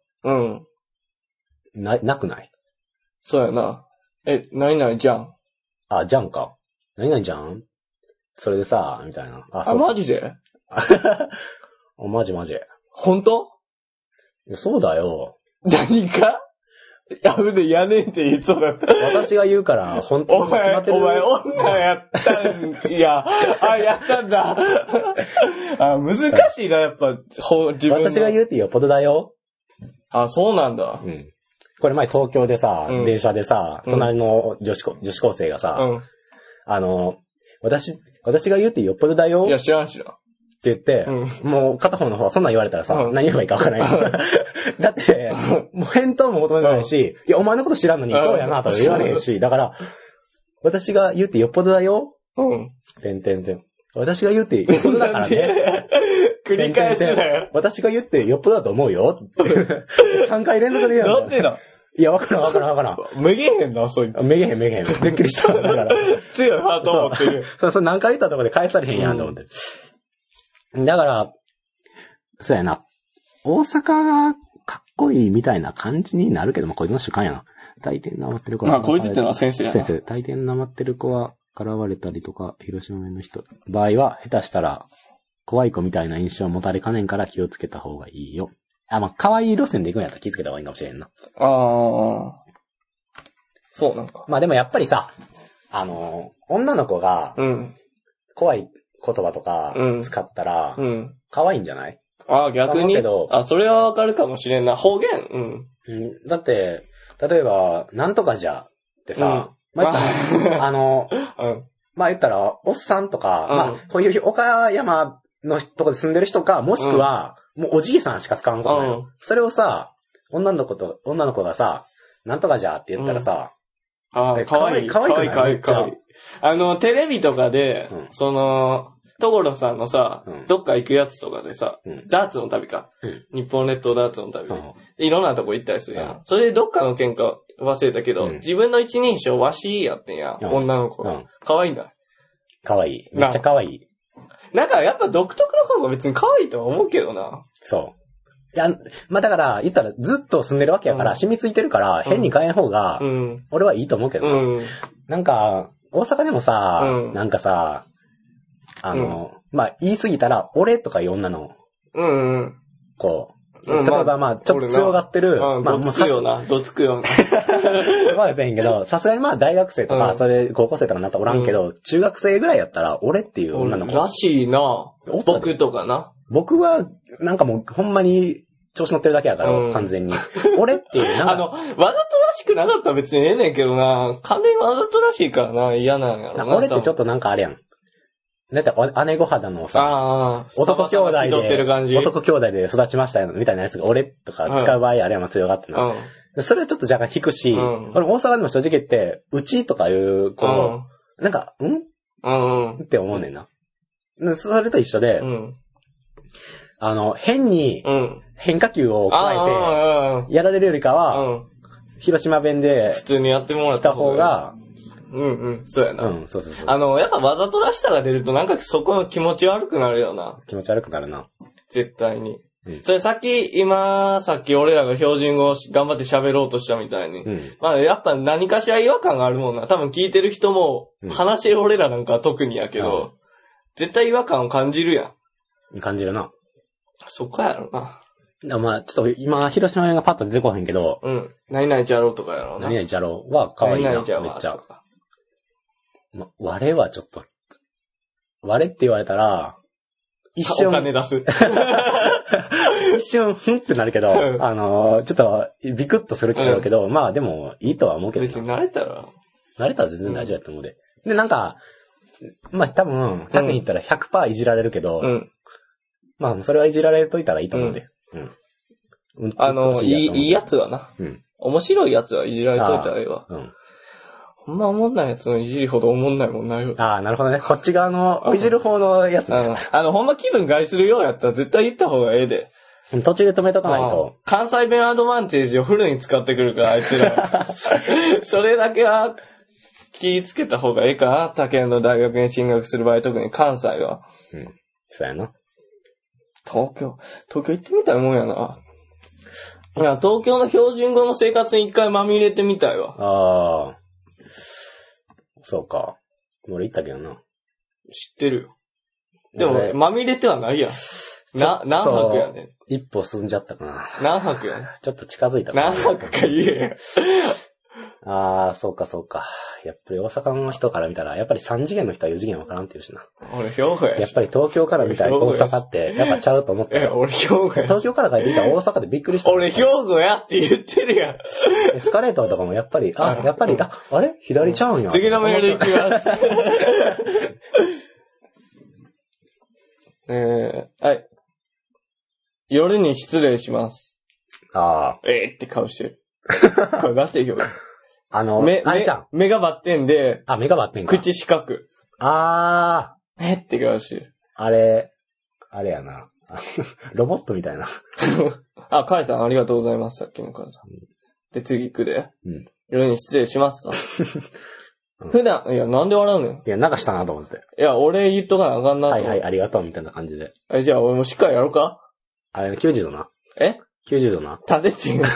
なくない？ そうやな。何々じゃん。 じゃんか。何々じゃん？それでさ、みたいな。 マジで？ マジ。 本当？ そうだよ。 何か？やねんって言いそうだった。 私が言うから、本当に決まってる。 お前、女やったんやったんだ。難しいな、やっぱ、自分。 私が言うってよっぽどだよ。 そうなんだ。 これ前東京でさ、電車でさ、隣の女子高生がさ、私が言うってよっぽどだよ。 いや、知らん。 って言って、もう片方の方はそんなん言われたらさ、何言えばいいか分からない。だって、もう返答も求めないし、いや、お前のこと知らんのに、そうやなとは言われへんし、だから、私が言うってよっぽどだよ。私が言うってよっぽどだからね。 繰り返すなよ。 私が言ってよっぽどだと思うよ。3回連続で言うの。 なんでだ？ いや、わからん。 めげへんな、そいつ。 めげへん。びっくりした。だから。 強いハート持ってる。 そう、何回言ったところで返されへんやんと思って。だから、そうやな。大阪がかっこいいみたいな感じになるけど、こいつの主観やな。大抵なまってる子は。 こいつってのは先生やな。 大抵なまってる子はからわれたりとか、広島弁の人。場合は、下手したら、怖い子みたいな印象を持たれかねんから気をつけた方がいいよ。まあ、可愛い路線で行くんやったら気をつけた方がいいかもしれんな。 そうなんか。 まあでもやっぱりさ、女の子が、怖い言葉とか使ったら、可愛いんじゃない？ 逆に。それはわかるかもしれんな。方言。 だって、例えば、なんとかじゃってさ、まあ言ったら、おっさんとか、まあ、こういう岡山のとこで住んでる人か、もしくは、もうおじいさんしか使わんことない。それをさ、女の子がさ、なんとかじゃって言ったらさ、 かわいい。テレビとかで、所さんのさ、どっか行くやつとかでさ、ダーツの旅か。日本列島ダーツの旅で。いろんなとこ行ったりするやん。それでどっかの喧嘩忘れたけど、自分の一人称わしやってんや、女の子。かわいいんだ。 かわいい。めっちゃかわいい。 なんかやっぱ独特の方が別にかわいいとは思うけどな。 そう。いや、まあ、だから、言ったらずっと住んでるわけやから、染みついてるから、変に変えん方が、俺はいいと思うけど、なんか、大阪でもさ、なんかさ、まあ、言い過ぎたら、俺とかいう女の、こう、例えばまあ、ちょっと強がってる、 まあ、どつくよな。 まあ、せんけど、さすがにまあ、大学生とか、それ高校生とかなったらおらんけど、中学生ぐらいやったら、俺っていう女の子。 らしいな。僕とかな。 僕は、なんかもう、ほんまに、調子乗ってるだけやから、完全に。俺っていう、 わざとらしくなかったら別にええねんけどな。完全にわざとらしいからな、嫌なんやろな。 俺ってちょっとなんかあれやん。だって姉御肌のさ、男兄弟で育ちましたよ、みたいなやつが俺とか使う場合あれやん、強がってな。それはちょっと若干引くし、俺大阪でも正直言って、うちとかいう、こう、なんか、って思うねんな。それと一緒で、変に変化球を加えてやられるよりかは、広島弁で普通にやってもらった方が、 そうやな。 そう。 やっぱわざとらしさが出るとなんかそこの気持ち悪くなるよな。 気持ち悪くなるな。 絶対に。それさっき俺らが標準語を頑張って喋ろうとしたみたいに。まあやっぱ何かしら違和感があるもんな。多分聞いてる人も、話してる俺らなんかは特にやけど、絶対違和感を感じるやん。感じるな。 そこやろな。 まあ、ちょっと今、広島弁がパッと出てこへんけど。 何々じゃろうとかやろうな。 何々じゃろうは可愛いな。めっちゃ。我はちょっと、我って言われたら、 一瞬。お金出す。 一瞬、ふんってなるけど、ちょっと、ビクッとするけど、まあでも、いいとは思うけど。 別に慣れたら全然大丈夫だと思うで。で、なんか、まあ多分、100人言ったら 100% いじられるけど、まあ、それはいじられといたらいいと思うで。 いいやつはな。面白いやつはいじられといたらいいわ。ほんま思んないやつのいじりほど思んないもんないよ。 なるほどね。こっち側の、いじる方のやつ。 ほんま気分害するようやったら絶対言った方がええで。 途中で止めとかないと。 関西弁アドバンテージをフルに使ってくるから、あいつら。それだけは気ぃつけた方がええかな。他県の大学に進学する場合、特に関西は。 そうやな。 東京行ってみたいもんやな。いや、東京の標準語の生活に一回まみれてみたいわ。 そうか。俺行ったけどな。 知ってるよ。でも、まみれてはないやん。何泊やねん。 一歩進んじゃったかな。 何泊やねん。 ちょっと近づいたかな。 何泊か言えや。そうか。やっぱり大阪の人から見たら、やっぱり3次元の人は4次元わからんって言うしな。 俺兵庫やし。 やっぱり東京から見たら大阪って、やっぱちゃうと思って。 俺兵庫や。 東京から見たら大阪でびっくりした。 俺兵庫やって言ってるやん。 エスカレーターとかもやっぱり、あれ左ちゃうんや。 次のメールいきます。はい。夜に失礼します。って顔してる。これバッテンよ。目がバッテンで、 目がバッテンか。 口四角。って顔してる。 あれやな。ロボットみたいな。 カイさんありがとうございます。さっきのカイさん。で、次行くで。夜に失礼します。普段、いや、なんで笑うのよ。 いや、なんかしたなと思って。 いや、俺言っとかなあかんなと思って。 はい、ありがとう、みたいな感じで。 じゃあ、俺もしっかりやろうか 90度な。90度な。 立てっていう。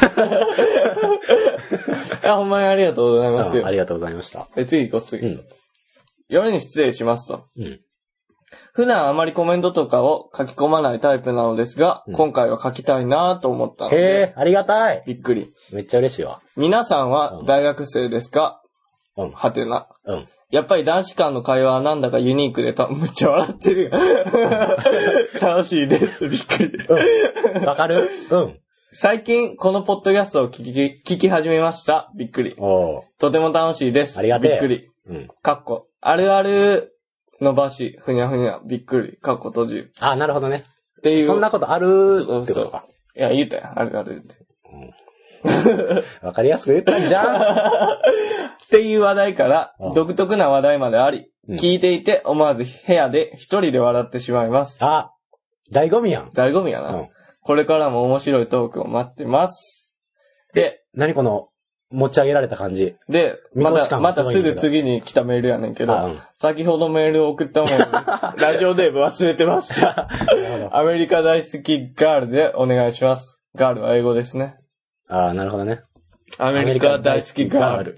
ほんまにありがとうございますよ。 ありがとうございました。 次行こう、次。 夜に失礼しますと。普段あまりコメントとかを書き込まないタイプなのですが、今回は書きたいなと思ったので。 へー、ありがたい。 びっくり。 めっちゃ嬉しいわ。 皆さんは大学生ですか？はてな。やっぱり男子間の会話はなんだかユニークでむっちゃ笑ってるよ。楽しいです。びっくり。 わかる？ 最近このポッドキャストを聞き始めました。びっくり。とても楽しいです。 ありがとう。 びっくり。かっこ。あるある伸ばし、ふにゃふにゃ、びっくり。かっこ閉じる。 あ、なるほどね。 っていう。 そんなことあるってことか。 いや、言うたよ。あるあるって。 わかりやすく言ったんじゃん。 っていう話題から、独特な話題まであり、聞いていて思わず部屋で一人で笑ってしまいます。 あ、醍醐味やん。 醍醐味やな。これからも面白いトークを待ってます。で、 何この、持ち上げられた感じ。 で、またすぐ次に来たメールやねんけど、先ほどメールを送ったものです。ラジオネーム忘れてました。アメリカ大好きガールでお願いします。ガールは英語ですね。 ああ、なるほどね。 アメリカ大好きガール。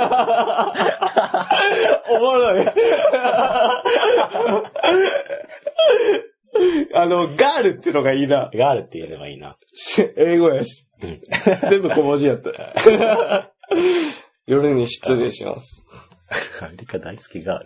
おもろい。ガールっていうのがいいな。 ガールっていうのがいいな。 英語やし。全部小文字やった。夜に失礼します。 アメリカ大好きガー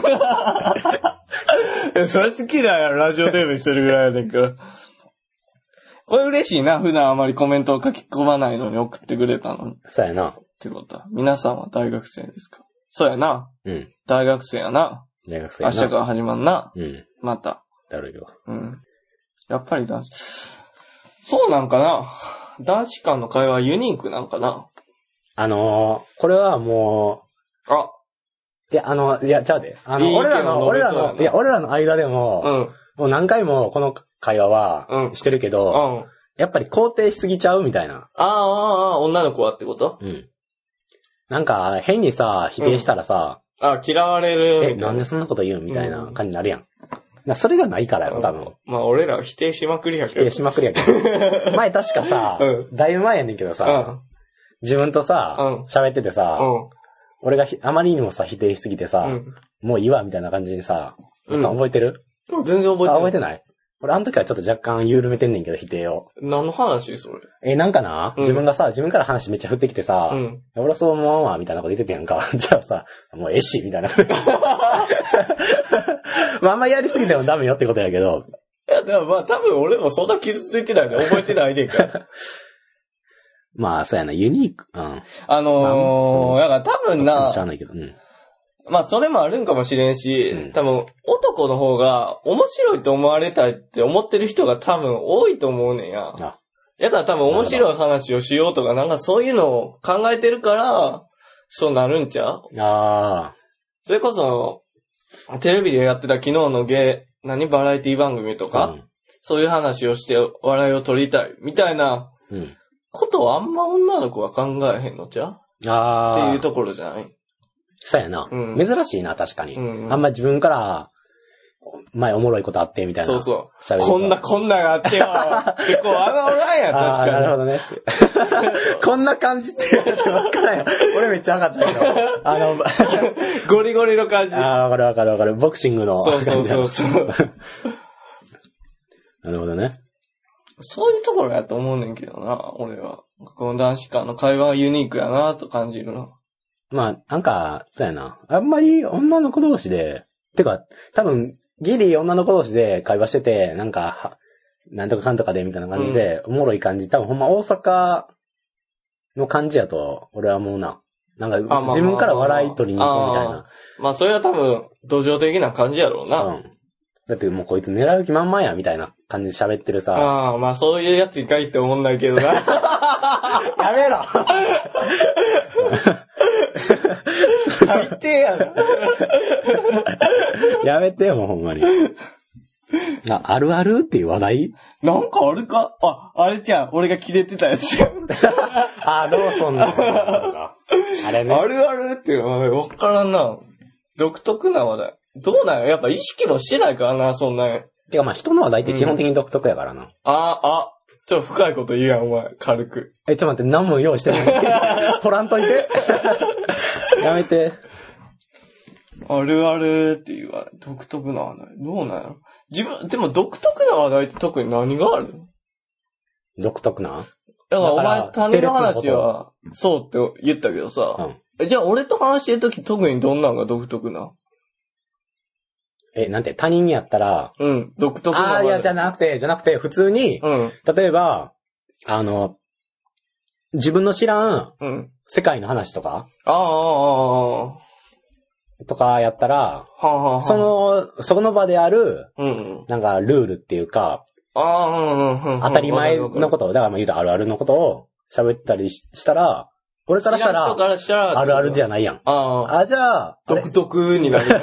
ル。それ好きだよ。ラジオネームしてるぐらいやねんから。これ嬉しいな。普段あまりコメントを書き込まないのに送ってくれたのに。 そうやな。 ってことは。皆さんは大学生ですか？そうやな。大学生やな。 大学生やな。 明日から始まんな。また。 だるいわ。 やっぱりそうなんかな。男子間の会話はユニークなんかな。 これはもう。いや、ちゃうで。俺らの間でも、もう何回もこの会話はしてるけど、やっぱり肯定しすぎちゃうみたいな。 女の子はってこと？ なんか、変にさ、否定したらさ、 嫌われる。 なんでそんなこと言うみたいな感じになるやん。それがないからよ、多分。 まあ、俺らは否定しまくりやけど。 否定しまくりやけど。前確かさ、だいぶ前やねんけどさ、自分とさ、喋っててさ、俺があまりにもさ、否定しすぎてさ、もういいわ、みたいな感じにさ、覚えてる？ 全然覚えてない。 覚えてない？俺あの時はちょっと若干緩めてんねんけど、否定を。 何の話それ？ なんかな、自分から話めっちゃ振ってきてさ、俺はそう思わんわ、みたいなこと言っててやんか。じゃあさ、もうし、みたいな。まああんまやりすぎてもダメよってことやけど。 いや、でもまあ多分俺もそんな傷ついてないで覚えてないねんから。 まあ、そうやな、ユニーク。だから多分な、 知らないけど、 まあそれもあるんかもしれんし、多分男の方が面白いと思われたいって思ってる人が多分多いと思うねんや。だから多分面白い話をしようとかなんかそういうのを考えてるから、そうなるんちゃう？それこそ、テレビでやってた昨日のバラエティ番組とか、そういう話をして笑いを取りたいみたいなことをあんま女の子は考えへんのちゃう？っていうところじゃない？ そうやな。珍しいな、確かに。あんま自分から、前おもろいことあって、みたいな。 そう。こんながあってよ。結構あんまおらんやん、確かに。 なるほどね。こんな感じって言われてわからんよ。俺めっちゃわかったけど。ゴリゴリの感じ。 わかる。ボクシングの。 そう。 なるほどね。 そういうところやと思うねんけどな、俺は。この男子間の会話はユニークやなと感じるな。 まあ、なんか、そうやな。あんまり女の子同士で、てか、多分、ギリ女の子同士で会話してて、なんか、なんとかかんとかでみたいな感じで、おもろい感じ。多分ほんま大阪の感じやと、俺は思うな。なんか、自分から笑い取りに行こうみたいな。 まあ、それは多分、土壌的な感じやろうな。 だってもうこいつ狙う気満々や、みたいな感じで喋ってるさ。 まあそういうやついかいって思うんだけどな。やめろ最低やな。 やめてよ、もうほんまに。あるあるっていう話題？ なんかあるか？あれじゃん。俺がキレてたやつじゃん。 ローソンの。あれね。 あるあるってわからんな。独特な話題。どうなんや？やっぱ意識もしてないからな、そんな。 てかまあ人の話題って基本的に独特やからな。 ちょっと深いこと言うやん、お前。軽く。 ちょっと待って、何も用意してない。掘らんといて。やめて。 あるあるっていう話題。独特な話題。どうなんやろ。でも独特な話題って特に何があるの？ 独特な？ だからお前他人の話は、そうって言ったけどさ、じゃあ俺と話してるとき特にどんなんが独特な？ なんて他人にやったら、 独特な。 いや、じゃなくて、普通に、例えば、自分の知らん、世界の話とか、とかやったら、その場である、なんかルールっていうか、当たり前のことを、だから言うとあるあるのことを喋ったりしたら、俺からしたら、あるあるじゃないやん。じゃあ、 独特になる。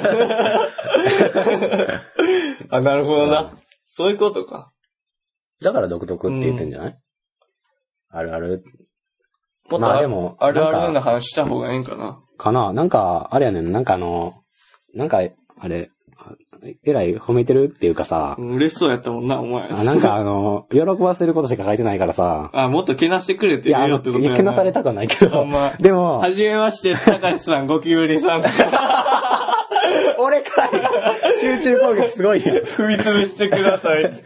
なるほどな。そういうことか。 だから独特って言ってんじゃない？あるある。 まあでも、あるあるな話した方がいいんかな。 かな？なんか、あれやねん、なんかあれ、えらい褒めてるっていうかさ。 嬉しそうやったもんな、お前。 なんか喜ばせることしか書いてないからさ。 もっとけなしてくれって言うよってことやな。 けなされたくはないけど。でも。 はじめまして、高橋さん、ゴキブリさん。 俺かい。集中攻撃すごいよ。 踏み潰してください。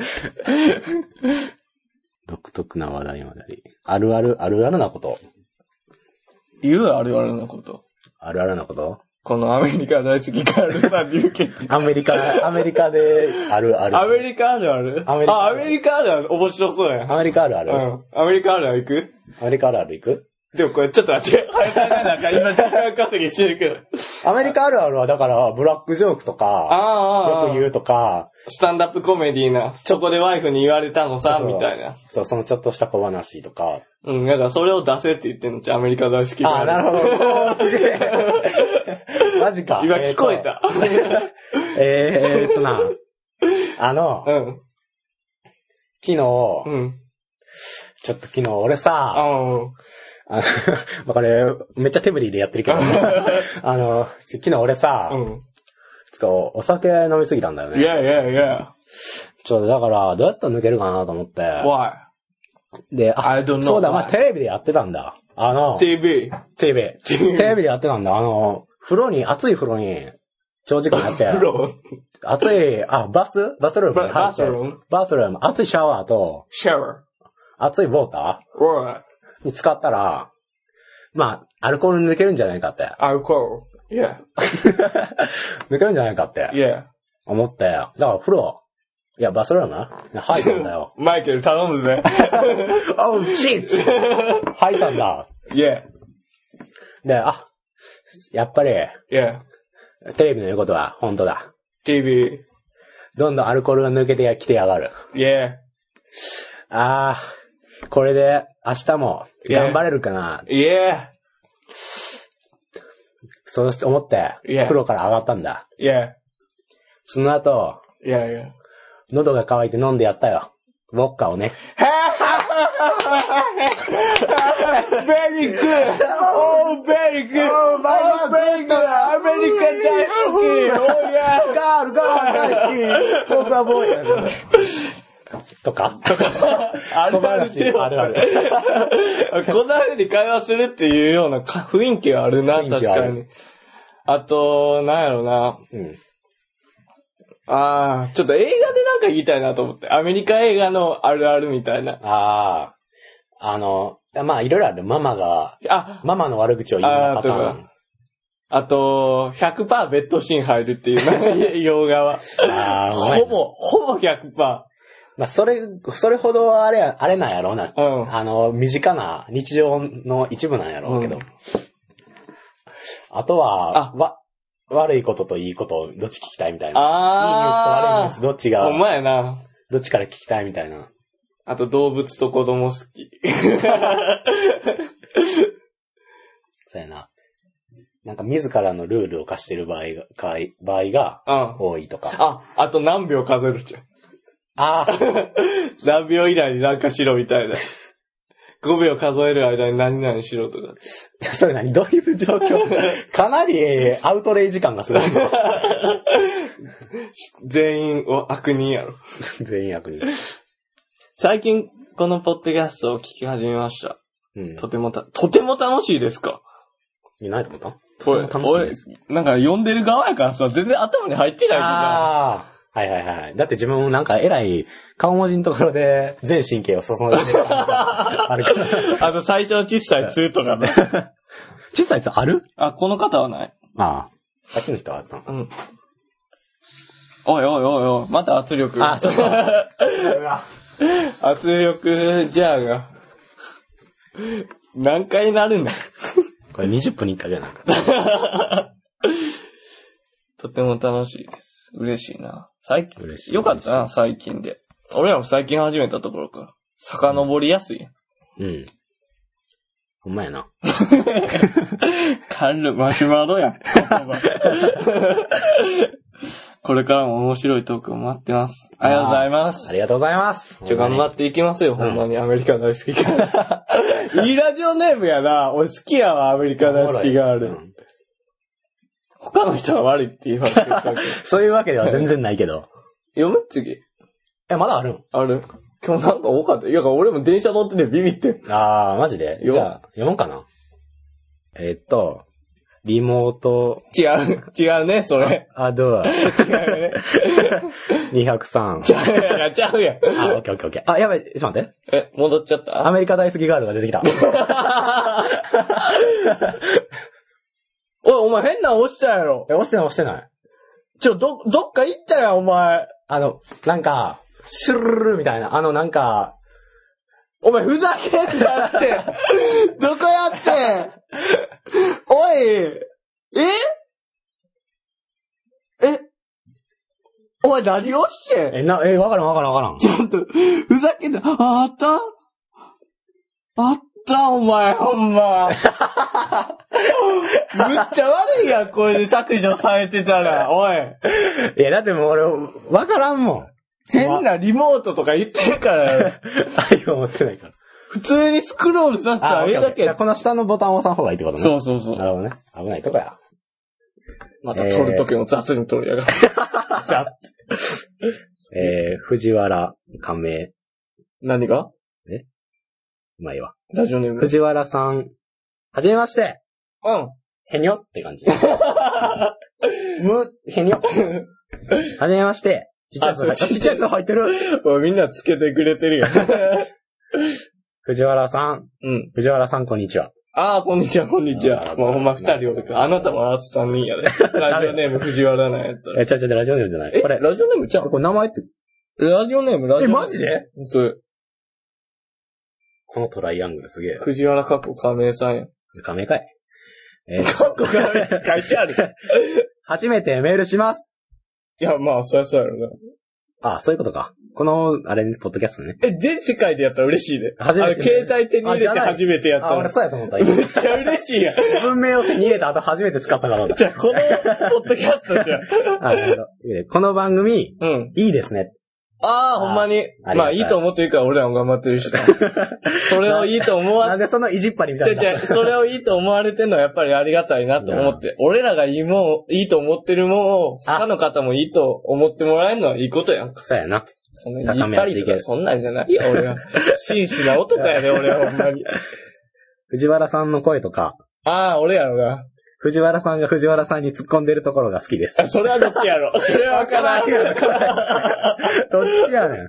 独特な話題まであるあるなこと。 言うあるあるなこと。 あるあるなこと？ このアメリカ大好きカールさん流血。 アメリカであるある。 アメリカあるある？アメリカあるある面白そうやん。 アメリカあるある？ アメリカあるある行く？ アメリカあるある行く？ でもこれちょっと待って、なんか今時間稼ぎしてるけど。アメリカあるあるはだからブラックジョークとか、よく言うとか、 スタンダップコメディーな、そこでワイフに言われたのさ、みたいな。 そう、そのちょっとした小話とか。 だからそれを出せって言ってんのアメリカ大好き。 なるほど。すげえ。マジか。 今聞こえた。 昨日、ちょっと昨日俺さ、これ、めっちゃ手振りでやってるけど、昨日俺さ、ちょっとお酒飲みすぎたんだよね。 いや。 だから、どうやったら抜けるかなと思って。 Why? で、そうだ、テレビでやってたんだ。 TV テレビでやってたんだ。熱い風呂に、長時間やって。熱い、バスルーム、熱いシャワーと、熱いウォーターに使ったら、アルコール抜けるんじゃないかって。 アルコール Yeah. 抜けるんじゃないかって。 Yeah. 思って。だから風呂、バスルーム吐いたんだよ。 マイケル頼むぜ。 Oh, shit! 吐いたんだ。 Yeah. で、やっぱり、 Yeah. テレビの言うことは本当だ。 TV. どんどんアルコールが抜けてきてやがる。 Yeah. これで明日も頑張れるかな。 Yeah. そうして思って、風呂から上がったんだ。 Yeah. その後、 Yeah. 喉が渇いて飲んでやったよ。ウォッカをね。 Very good! Oh, very good! Oh, very good! アメリカ大好き Oh, yeah! ガール大好き僕はボーイとかある。こんな風に会話するっていうような雰囲気はあるな、確かに。あと、なんやろな。ちょっと映画でなんか言いたいなと思って。アメリカ映画のあるあるみたいな。 いろいろある。ママの悪口を言うパターン。 あと、100% ベッドシーン入るっていう、洋画は。ほぼ 100%。 それほどあれなんやろうな。身近な日常の一部なんやろうけど。あとは、悪いことといいことをどっち聞きたいみたいな。いいニュースと悪いニュースどっちが。 ほんまやな。 どっちから聞きたいみたいな。 あと動物と子供好き。 そうやな。なんか自らのルールを課してる場合が多いとか。 あと何秒数えるじゃん。何秒以内になんかしろみたいな。5秒数える間に何々しろとか。 それどういう状況かなりアウトレイ時間がすごい。 全員悪人やろ。 全員悪人。 最近このポッドキャストを聞き始めました。とても楽しいですか？ いないと思った？ これ、俺、なんか読んでる側やからさ、全然頭に入ってないから。 はいはいはい。だって自分もなんか偉い顔文字のところで全神経を注いでるあるから。 あと最初の小さい2とかね。 小さい2ある？ あ、この方はない。 ああ。さっきの人はあったのか。うん。 おいおいおいおい、また圧力。あ、ちょっと。圧力ジャーが。何回なるんだこれ20分に1回じゃないか。 とても楽しいです。嬉しいな。最近、嬉しい。よかったな、最近で。俺らも最近始めたところから。遡りやすい。 うん。ほんまやな。 マシュマロやん。これからも面白いトークを待ってます。ありがとうございます。 ありがとうございます。 頑張っていきますよ、ほんまに。アメリカ大好きガール。いいラジオネームやな。俺好きやわ、アメリカ大好きガール。他の人は悪いって言われてるわけ。 そういうわけでは全然ないけど。 読む次。 まだあるん？ ある。今日なんか多かった。いや、俺も電車乗ってね、ビビって。 あー、マジで？じゃあ、読もうかな。リモート。 違うね、それ。 どう？違うね。203。 ちゃうやん。 オッケー。あ、やばい、ちょっと待って。 戻っちゃった？ アメリカ大好きガールが出てきた。 お前変な押したやろ。 押してない。 どっか行ったやん、お前。 なんか、シュルルルみたいな、なんか、 お前ふざけんなって。どこやっておい。お前何をしてん？ わからん。 ちゃんと、ふざけんな。あったお前、ほんま。むっちゃ悪いやん、これで削除されてたら、おい。 いや、だってもう俺、わからんもん。 変なリモートとか言ってるから。 iPhone 持ってないから。 普通にスクロールさせたらだけ。 この下のボタンを押さん方がいいってことね。 そう。 なるほどね。危ないとこや。 また撮るときも雑に撮るやがる。 藤原加盟。 何が？ うまいわ。 ラジオネーム。 藤原さん。はじめまして。 うん。 へにょって感じ。へにょ。はじめまして。ちっちゃいやつ入ってる。 みんなつけてくれてるよ。 藤原さん。うん。藤原さん、こんにちは。 こんにちは。もうほんま二人おるか。あなたもあと3人やで。ラジオネーム藤原なんやったら。 ラジオネームじゃない。 これ、ラジオネームちゃう？ これ名前って。 ラジオネーム。 マジで？ そう。 このトライアングルすげえ。 藤原かっこ亀井さんや。 亀井かい。 かっこ亀井って書いてある。 初めてメールします。 いや、まあ、そうやろな。そういうことか。この、あれ、ポッドキャストね。 全世界でやったら嬉しいね。携帯手に入れて初めてやったら。 俺そうやと思った。 めっちゃ嬉しいやん。 文明を手に入れた後初めて使ったからだ。 じゃあ、この、ポッドキャストじゃん。 この番組、いいですね。 ほんまに。まあ、いいと思ってるから俺らも頑張ってるし。それをいいと思わなんでそのいじっぱりみたいな。 それをいいと思われてんのはやっぱりありがたいなと思って。俺らがいいと思ってるもんを、他の方もいいと思ってもらえるのはいいことやんか。 そうやな。 そんないじっぱりとかそんなんじゃないよ、俺は。真摯な男やで、俺はほんまに。 藤原さんの声とか。 俺やろな。 藤原さんが藤原さんに突っ込んでるところが好きです。 それはどっちやろ。それはわからん。どっちやねん。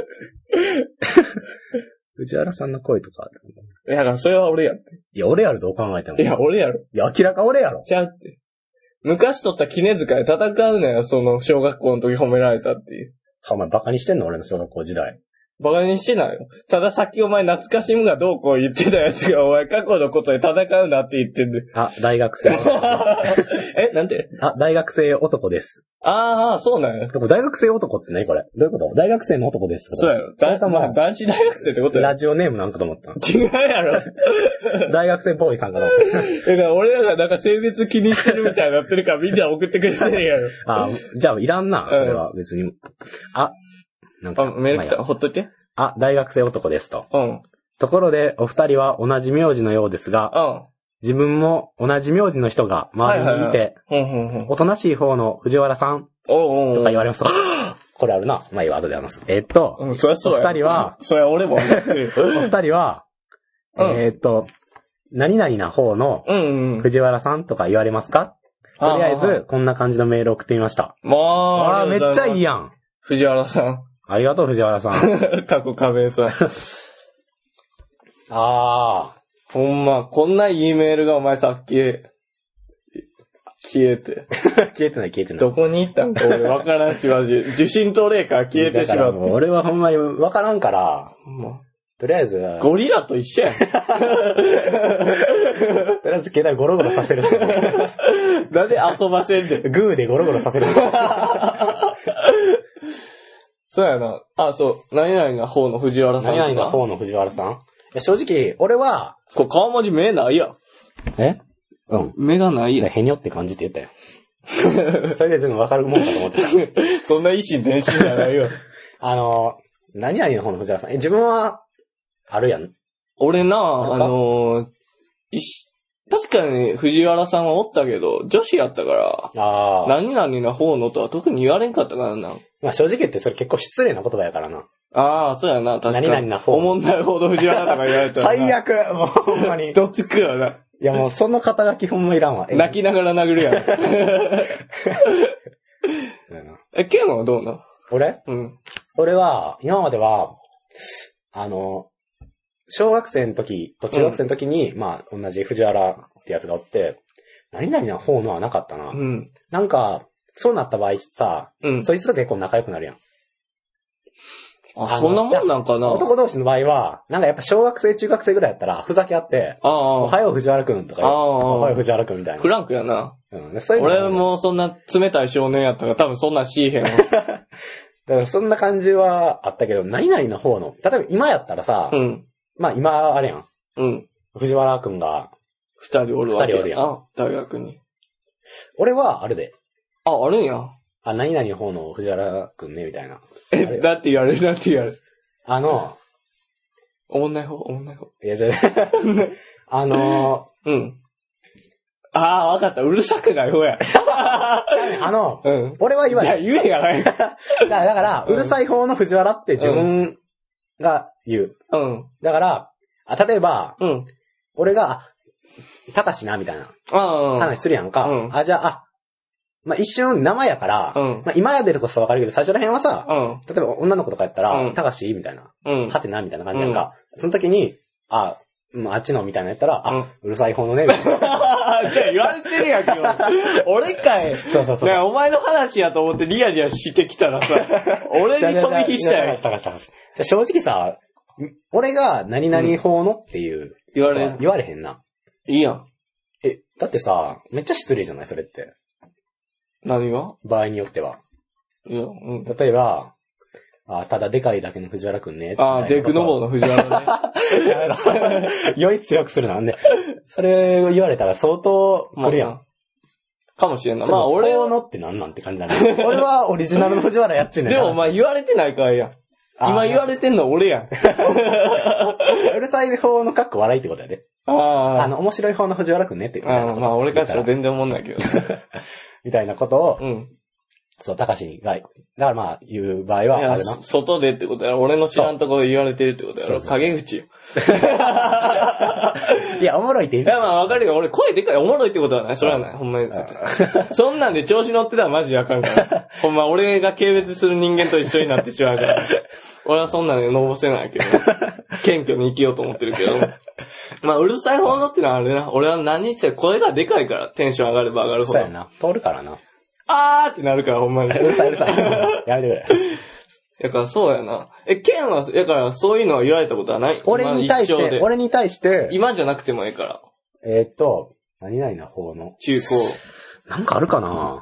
藤原さんの声とか。 いや、それは俺やって。 いや、俺やろ、どう考えても。 いや、俺やろ。 いや、明らか俺やろ。 ちゃうって。昔取った絹塚で戦うのよ、その、小学校の時褒められたっていう。 お前バカにしてんの俺の小学校時代。 バカにしてないよ。たださっきお前懐かしむがどうこう言ってたやつがお前過去のことで戦うなって言ってんで。 大学生。 なんで？ 大学生男です。 そうなんや。 大学生男って何これ？どういうこと？大学生の男です。 そうやろ。男子大学生ってことやろ。 ラジオネームなんかと思った。 違うやろ。 大学生ボーイさんかな。 だから俺らがなんか性別気にしてるみたいになってるからみんな送ってくれてるやろ。 じゃあいらんな。それは別に。 なんかメール来た。ほっといて。 大学生男ですと。 うん。 ところで、お二人は同じ名字のようですが、自分も同じ名字の人が周りにいて、おとなしい方の藤原さんとか言われますと、これあるな。まあいいわ、後で話す。 そりゃそうや。 お二人は、 そりゃ俺も。お二人は、 何々な方の藤原さんとか言われますか？とりあえず、こんな感じのメール送ってみました。わー、めっちゃいいやん。 藤原さん。 ありがとう、藤原さん。 過去仮名さん。ほんま、こんないいメールがお前さっき、消えて。 消えてない。 どこに行ったんか俺わからんし、マジ。受信取れか消えてしまって。 俺はほんまにわからんから、とりあえず。 ゴリラと一緒やん。とりあえず携帯ゴロゴロさせる。 なんで遊ばせんで。 グーでゴロゴロさせる。 そうやな。そう。何々な方の藤原さん。 何々な方の藤原さん？いや、正直、俺は。 これ顔文字目ないやん。 え？うん。 目がないやん。 へにょって感じって言ったよ。それで全部わかるもんかと思ってた。 そんな一心伝心じゃないよ。 何々の方の藤原さん。自分は、あるやん。 俺な、確かに藤原さんはおったけど、女子やったから、何々な方のとは特に言われんかったからな。 まあ正直言ってそれ結構失礼な言葉やからな。 そうやな、確かに。 何々な方。 おもんないほど藤原とか言われたら。 最悪もうほんまに。 どつくよな。 いやもうその肩書きほんまいらんわ。 泣きながら殴るやん。ケンはどうな？ 俺？ うん。 俺は、今までは、小学生の時と中学生の時に、まあ、同じ藤原ってやつがおって、何々な方のはなかったな。なんか、そうなった場合さ、そいつと結構仲良くなるやん。 そんなもんなんかな。 男同士の場合は、なんかやっぱ小学生、中学生ぐらいやったら、ふざけ合って、おはよう藤原くんとか言う。おはよう藤原くんみたいな。 フランクやな。 そういうの俺もそんな冷たい少年やったから多分そんなしーへんわ。 だからそんな感じはあったけど、何々の方の、例えば今やったらさ、まあ今あれやん。藤原くんが、 二人おるわけや。 二人おるやん。 大学に。 俺はあれで。 あるんや。 何々の方の藤原くんね、みたいな。 だって言われる。おもんない方。 いや、じゃわかった。うるさくない方や。 俺は言わない。 いや、言えやない。 だから、うるさい方の藤原って自分が言う。だから、例えば、俺が、たかしな、みたいな話するやんか。じゃあ、まあ、一瞬生やから、まあ、今やでるとさわかるけど、最初ら辺はさ、例えば女の子とかやったら、たかしみたいな、はてなみたいな感じやんか。その時に、あっちのみたいなやったら、うるさい方のね、みたいな。 じゃあ言われてるやんけ、俺かい。 そう。 お前の話やと思ってリアリアしてきたらさ、俺に飛び火したやん。 正直さ、俺が何々方のっていう、言われへんな。 いいやん。 だってさ、めっちゃ失礼じゃないそれって。 何が？ 場合によっては。 いや、 例えば、ただでかいだけの藤原くんね。 デクの方の藤原ね。 やめろ。酔い強くするなんで。それを言われたら相当来るやん。 かもしれんな。 まあ俺のってなんなんって感じだね。俺はオリジナルの藤原やっちゅうねん。 でもお前言われてないからやん。今言われてんの俺やん。 うるさい方のかっこ笑いってことやで。面白い方の藤原くんねって言う。 まあ俺からしたら全然思んないけど。 みたいなことを、そう、高志が、だからまあ、言う場合はあるな。 外でってことやろ。俺の知らんところで言われてるってことやろ。陰口よ。 いや、おもろいって言う。 いや、まあわかるよ。俺声でかいおもろいってことはない。それはない。ほんまに。そんなんで調子乗ってたらマジあかんから。ほんま俺が軽蔑する人間と一緒になってしまうから。俺はそんなんでのぼせないけど。謙虚に生きようと思ってるけど。まあ、うるさい方のってのはあれな。俺は何して声がでかいからテンション上がれば上がるほど。 そうやな。通るからな。 ってなるから、ほんまに。 うるさい。やめてくれ。 だからそうやな。ケンは、だからそういうのは言われたことはない？ 俺に対して。 今じゃなくてもいいから。 何々な方の。 中高。 なんかあるかな？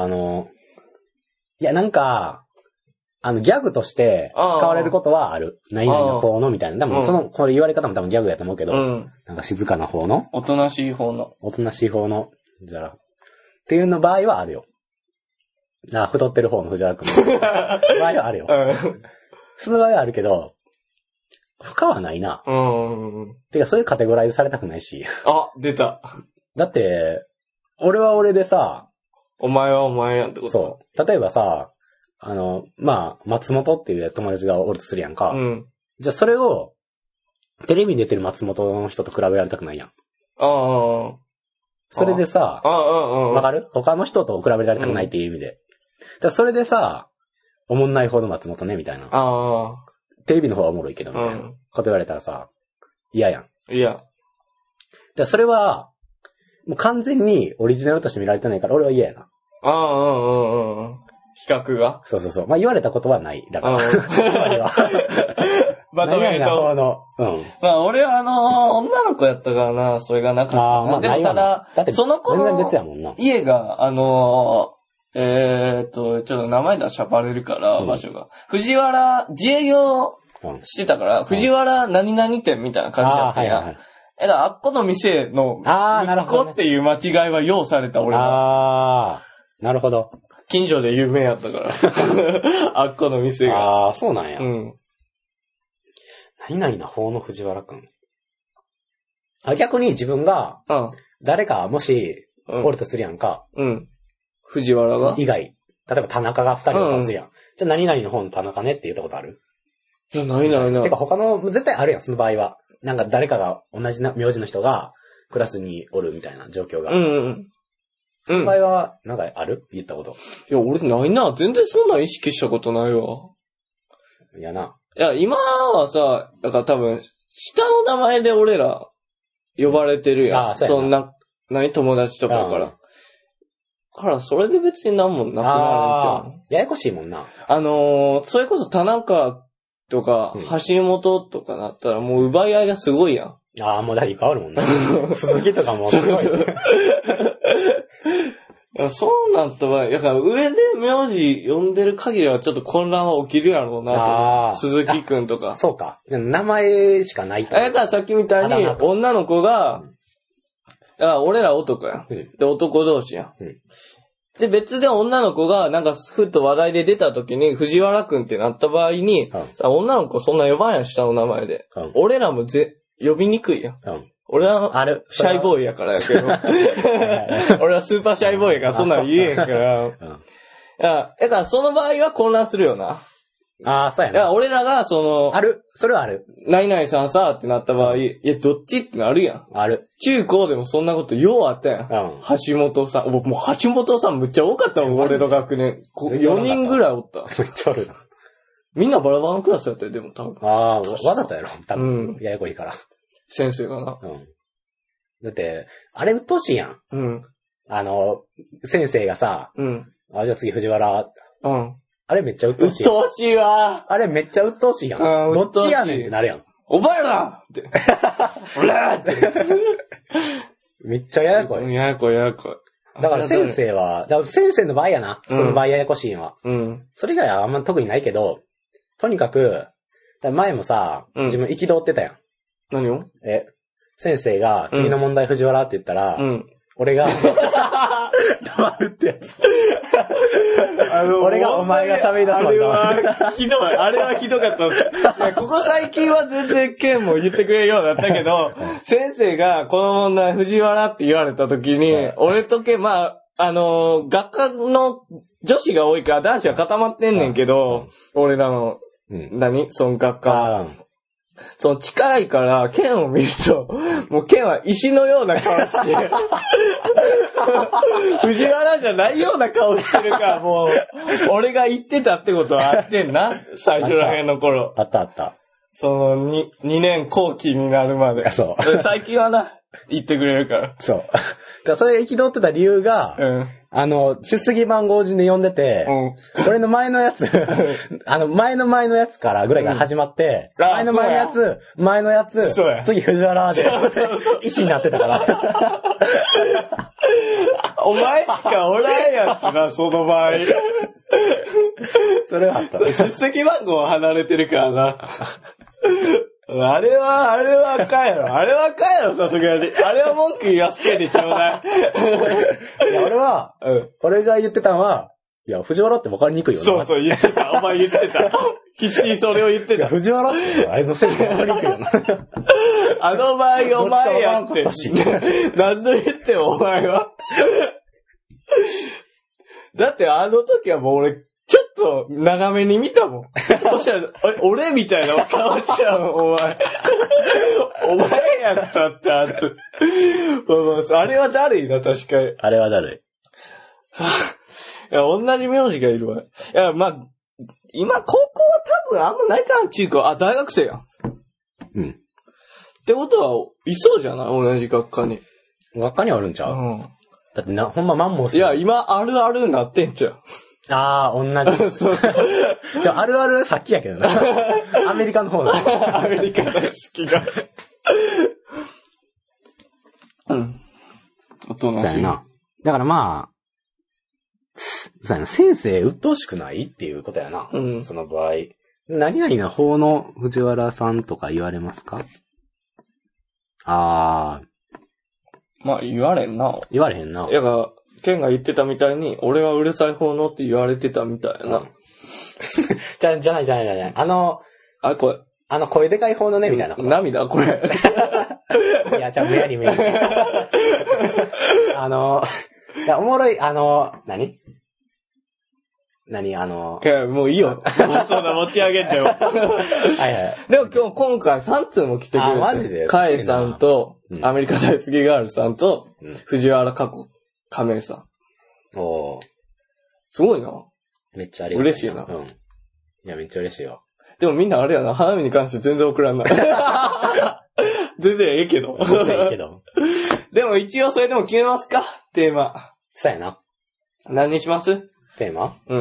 いや、なんか、ギャグとして使われることはある。何々の方のみたいな。でもこれ言われ方も多分ギャグやと思うけど、なんか静かな方の。 おとなしい方の。 じゃあ、っていうの場合はあるよ。太ってる方の藤原くんの場合はあるよ。その場合はあるけど、負荷はないな。てかそういうカテゴライズされたくないし。 出た。 だって、俺は俺でさ、 お前はお前やんってこと？ そう。例えばさ、まあ、松本っていう友達がおるとするやんか。じゃあそれを、テレビに出てる松本の人と比べられたくないやん。 それでさ、わかる？他の人と比べられたくないっていう意味で。だそれでさ、おもんない方の松本ね、みたいな。テレビの方はおもろいけど、みたいなこと言われたらさ、嫌やん。だそれは、もう完全にオリジナルとして見られてないから俺は嫌やな。 比較がそう。まあ、言われたことはない。だから。つまりは。 まとめると。まあ、俺は女の子やったからな、それがなかった。まあ、でもただ、その子の家が、ちょっと名前出しゃばれるから、場所が。藤原、自営業してたから、藤原何々店みたいな感じだったや。あっこの店の息子っていう間違いは要された俺は。 なるほど。 近所で有名やったから。あっこの店が。 そうなんや。何々な方の藤原くん。逆に自分が、誰かもし、おるとするやんか。 藤原が以外。例えば田中が2人だとするやん。じゃあ何々の方の田中ねって言ったことある？ いや、ない。 てか他の、絶対あるやん、その場合は。なんか誰かが同じ名字の人がクラスにおるみたいな状況が。その場合は、なんかある？言ったこと。 いや、俺ないな。全然そんな意識したことないわ。 いやな。 いや、今はさ、だから多分、下の名前で俺ら呼ばれてるやん。そんな、友達とかから。から、それで別になんもなくなるんちゃう。 ややこしいもんな。 それこそ田中とか、橋本とかなったらもう奪い合いがすごいやん。 もうだっていっぱいあるもんな。鈴木とかもすごい。 いやそうなった場合、だから上で名字呼んでる限りはちょっと混乱は起きるやろうなと。鈴木くんとか。 そうか。名前しかないと。 だからさっきみたいに女の子が、俺ら男やん。で、男同士やん。で、別で女の子がなんかふっと話題で出た時に藤原くんってなった場合に、女の子そんな呼ばんやん、下の名前で。俺らも呼びにくいやん。俺は、シャイボーイやからやけど。俺はスーパーシャイボーイやからそんなの言えへんから。だからその場合は混乱するよな。 そうやな。 俺らがそれはある。 何々さんさってなった場合、いや、どっちってなるやん。 ある。 中高でもそんなことようあったやん。橋本さん。もう橋本さんむっちゃ多かったもん、俺の学年。4人ぐらいおった。 めっちゃあるな。 みんなバラバラのクラスだったよ、でも多分。 わざとやろ、多分。ややこいいから。 先生がな。 だって、あれ鬱陶しいやん。先生がさ、じゃあ次藤原。あれめっちゃ鬱陶しい。 鬱陶しいわ。 あれめっちゃ鬱陶しいやん。どっちやねんってなるやん。 お前らって。おらーって。 めっちゃややこい。 ややこい。 だから先生の場合やな。その場合ややこしいのは。それ以外はあんま特にないけど、とにかく、前もさ、自分憤ってたやん。 何を？ 先生が次の問題藤原って言ったら、俺が、黙るってやつ。俺がお前が喋り出すの。 あれはひどかったんです。いや、ここ最近は全然ケンも言ってくれるようになったけど、先生がこの問題藤原って言われた時に、俺とケン、学科の女子が多いから男子は固まってんねんけど、俺らの、その学科。その近いから、ケンを見ると、もうケンは石のような顔して、藤原じゃないような顔してるから、もう、俺が言ってたってことはあってんな、最初らへんの頃。 あった。 その2年後期になるまで。 そう。 最近はな、言ってくれるから。 そう。それ憤ってた理由が、出席番号順で呼んでて、俺の前のやつ、前のやつからぐらいが始まって、前のやつ、次藤原で、石になってたから。 お前しかおらんやつな、その場合。 それはあった。 出席番号は離れてるからな。あれはあかんやろ、さすがに。あれは文句言わせてでちょうだい。 いや、俺が言ってたのは、いや、藤原って分かりにくいよな。 そう、言ってた。お前言ってた。必死にそれを言ってた。 藤原ってあいつ先生分かりにくいよな。 あの場合お前やって。何度言ってもお前は。だってあの時はもう俺、ちょっと長めに見たもん。そしたら、俺みたいな顔しちゃうもん、お前。 お前やったって、あれはだるいな、確かに。 あれはだるい。いや、同じ名字がいるわ。いや、まあ、今、高校は多分あんまないかな、中高。あ、大学生やん。 うん。 ってことは、いそうじゃない同じ学科に。 学科にあるんちゃう？うん。だってほんまマンモス。 いや、今、あるあるになってんちゃう。 ああ、同じ。そうそう。でもあるあるさっきやけどな。アメリカの方だ。 アメリカ大好きが。うん。おとなしいな。 だからまあ、そうやな、先生鬱陶しくないっていうことやな。うん。その場合。何々の方の藤原さんとか言われますか？ああ。 まあ言われんな。 言われへんな。 いやが、ケンが言ってたみたいに、俺はうるさい方のって言われてたみたいやな。うん、 じゃない。 あ、これ。 声でかい方のね、みたいなこと。 涙これ。 いや、無理。いや、おもろい、何いや、 もういいよ。そんな持ち上げちゃう。はい。でも今回3通も来てくれて。あ、 マジで？ カエさんと、アメリカ大好きガールさんと、藤原亀井さん。おー。すごいな。 めっちゃありがたい。 嬉しいな。うん。 いや、めっちゃ嬉しいよ。 でもみんなあれやな、花見に関して全然送らんない。全然ええけど。でも一応それでも決めますか？テーマ。 そうやな。 何にします？ テーマ？ うん。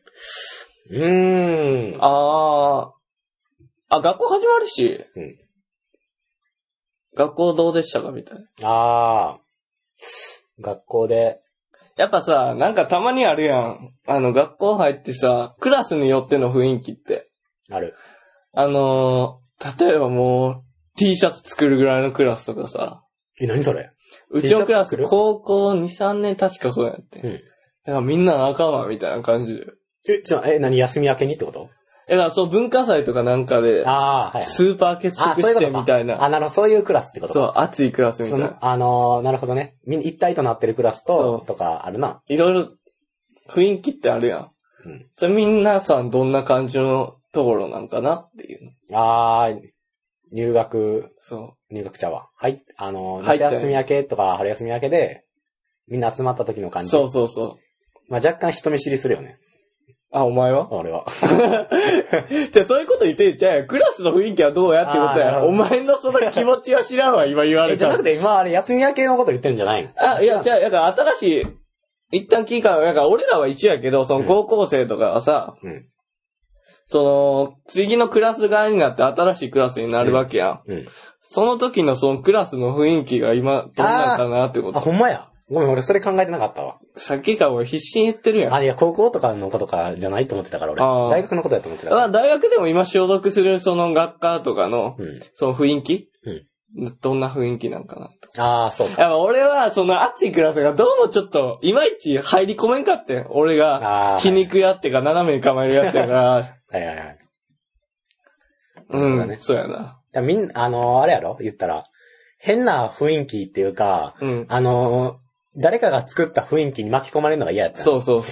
学校始まるし。うん。学校どうでしたかみたいな。学校で。 やっぱさ、なんかたまにあるやん。学校入ってさ、クラスによっての雰囲気って。 ある。 例えばもう、T シャツ作るぐらいのクラスとかさ。 何それ？ うちのクラス、高校2、3年確かそうやって。うん。だからみんな仲間みたいな感じで。 何休み明けにってこと？ だからそう文化祭とかなんかで、スーパー結束してみたいな。 そういうクラスってことか。 そう、熱いクラスみたいな。 なるほどね。一体となってるクラスとかあるな。 いろいろ雰囲気ってあるやん。うん。それみんなさんどんな感じのところなんかなっていう。 入学ちゃうわ。はい。夏休み明けとか春休み明けで、みんな集まった時の感じ。 そう。 まあ、若干人見知りするよね。 あ、お前は？ 俺は。 じゃあそういうこと言って、じゃあクラスの雰囲気はどうやってことや。お前のその気持ちは知らんわ、今言われた。 じゃなくて今休み明けのこと言ってるんじゃないの？ いや、じゃあ、だから新しい、一旦期間、だから俺らは一緒やけど、その高校生とかはさ、次のクラス側になって新しいクラスになるわけやん。その時のそのクラスの雰囲気が今、どんなんかなってこと。 ほんまや。ごめん、俺それ考えてなかったわ。 さっきから俺必死に言ってるやん。 いや、高校とかのことかじゃないと思ってたから、俺。大学のことやと思ってたから。 大学でも今所属するその学科とかの、その雰囲気、どんな雰囲気なんかな。 そうか。 やっぱ俺はその熱いクラスがどうもちょっと、いまいち入り込めんかってん。俺が、皮肉やってか斜めに構えるやつやから。はい。そうやな。 みんな、あれやろ言ったら、変な雰囲気っていうか、誰かが作った雰囲気に巻き込まれるのが嫌やった。 そう。音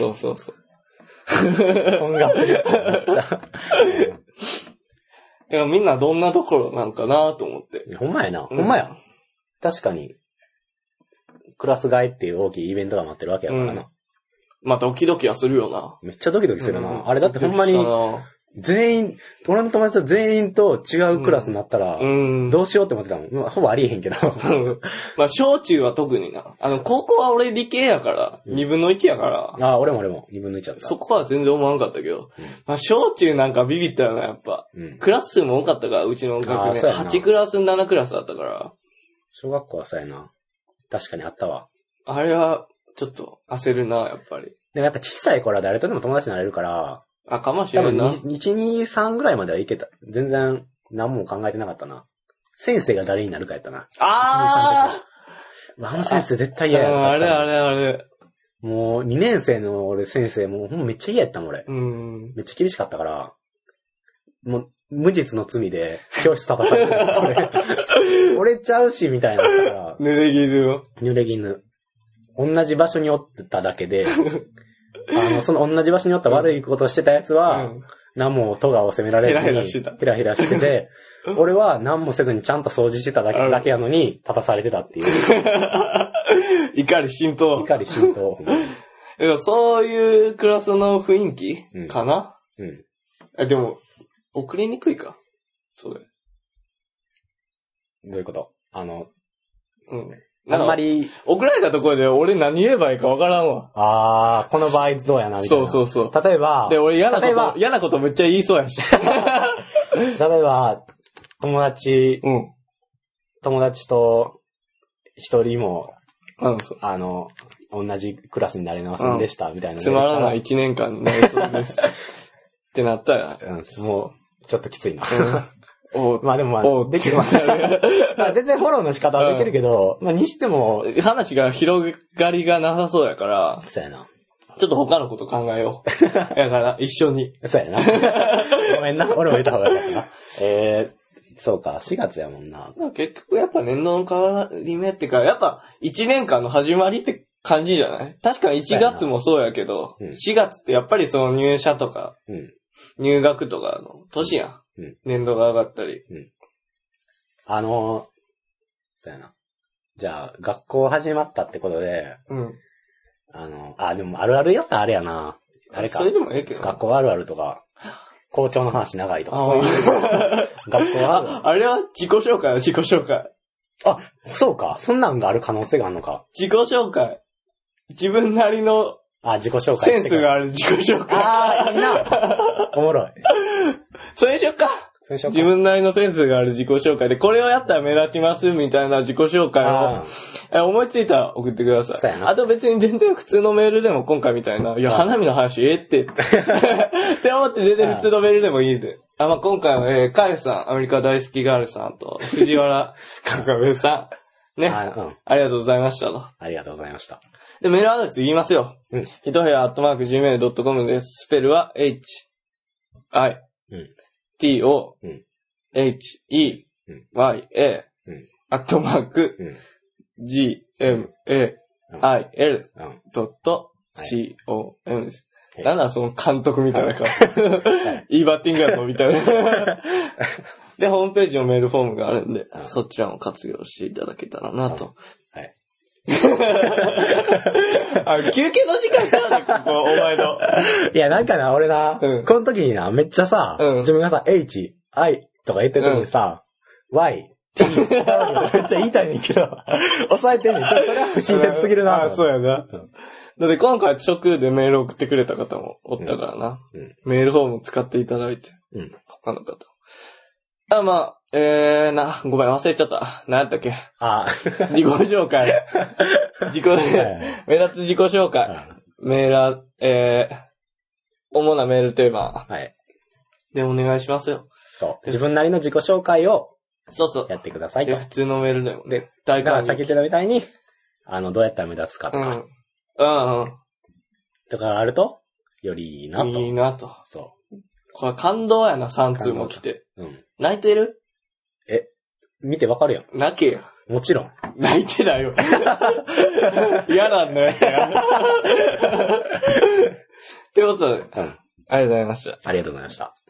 楽で。いや、みんなどんなところなんかなと思って。 ほんまやな。ほんまや。確かに、クラス替えっていう大きいイベントが待ってるわけやからな。 まあ、ドキドキはするよな。 めっちゃドキドキするな。あれだってほんまに、俺の友達と全員と違うクラスになったら、どうしようって思ってたもん。ほぼありえへんけど。 まあ、小中は特にな。高校は俺理系やから、2分の1やから。 俺も2分の1やった。 そこは全然思わんかったけど。まあ、小中なんかビビったよな、やっぱ。クラス数も多かったから、うちの学年。8クラス、7クラスだったから。 小学校はそうやな。確かにあったわ。 あれは、ちょっと焦るな、やっぱり。 でもやっぱ小さい頃は誰とでも友達になれるから、 かもしれんな。 多分1、2、3ぐらいまではいけた。全然何も考えてなかったな。先生が誰になるかやったな。あの先生絶対嫌やった。 あれ。 もう2年生の俺先生もうめっちゃ嫌やったもん俺。めっちゃ厳しかったから、もう無実の罪で教室叩かれて俺ちゃうしみたいなったから。 濡れ衣。同じ場所におっただけで、その同じ場所におった悪いことをしてたやつは、何も戸川を責められずに、ヘラヘラしてて、 俺は何もせずにちゃんと掃除してただけやのに、立たされてたっていう。 怒り浸透。 怒り浸透。 そういうクラスの雰囲気かな、でも、送りにくいか。それ。 どういうこと？ うん。 あんまり。 送られたところで俺何言えばいいかわからんわ。 この場合どうやな、みたいな。 そう。 例えば。 で、俺嫌なことめっちゃ言いそうやし。 例えば、友達と一人も、同じクラスになれませんでした、みたいな。 つまらない1年間になりそうです。ってなったら。 もう、ちょっときついな。まあでもできてますよね。全然フォローの仕方はできるけど、にしても。 話が広がりがなさそうやから。 そうやな。 ちょっと他のこと考えよう。だから、一緒に。 そうやな。ごめんな。俺も言った方がよかったな。そうか、4月やもんな。 結局やっぱ年度の変わり目ってか、やっぱ1年間の始まりって感じじゃない？確かに1月もそうやけど、4月ってやっぱりその入社とか、入学とかの年やん。年度が上がったり。 そうやな。じゃあ、学校始まったってことで、でもあるあるやったらあれやな。あれか。 それでもええけど。 学校あるあるとか、校長の話長いとか、そういう。学校はあれは自己紹介。 そうか。そんなんがある可能性があるのか。 自己紹介。自分なりの、 自己紹介。センスがある自己紹介。 いいな。おもろい。 それにしよっか。自分なりのセンスがある自己紹介で、これをやったら目立ちますみたいな自己紹介を、思いついたら送ってください。あと別に全然普通のメールでも今回みたいな、いや、花見の話って。って思って全然普通のメールでもいいんで。今回は、カイさん、アメリカ大好きガールさんと、藤原かかべさん。ね。ありがとうございましたと。 ありがとうございました。 で、メールアドレス言いますよ。ひとへや@gmail.com です。スペルは、HITOHEYA@gmail.com です。なんだその監督みたいな顔。いいバッティングやぞみたいな。で、ホームページのメールフォームがあるんで、そちらも活用していただけたらなと。はい。休憩の時間からね、ここ、お前の。 いや、なんかな、俺な、この時にな、めっちゃさ、自分がさ、H、I とか言ってる時にさ、Y、T、めっちゃ言いたいねんけど、抑えてんねん。それは不親切すぎるな。 そうやな。だって今回直でメール送ってくれた方もおったからな。メールフォーム使っていただいて。他の方。ごめん、忘れちゃった。何やったっけ？自己紹介。目立つ自己紹介。メール、主なメールテーマ。はい。で、お願いしますよ。 そう。自分なりの自己紹介を、やってくださいと。 普通のメールでも。 で、だからさっき言ってたみたいに、どうやったら目立つかとか。とかがあると、よりいいなと。 いいなと。 そう。 これ感動やな、3通も来て。泣いてる？ 見てわかるよ。 泣けよ。 もちろん。 泣いてないよ。嫌なんのやつや。ってことで、ありがとうございました。 ありがとうございました。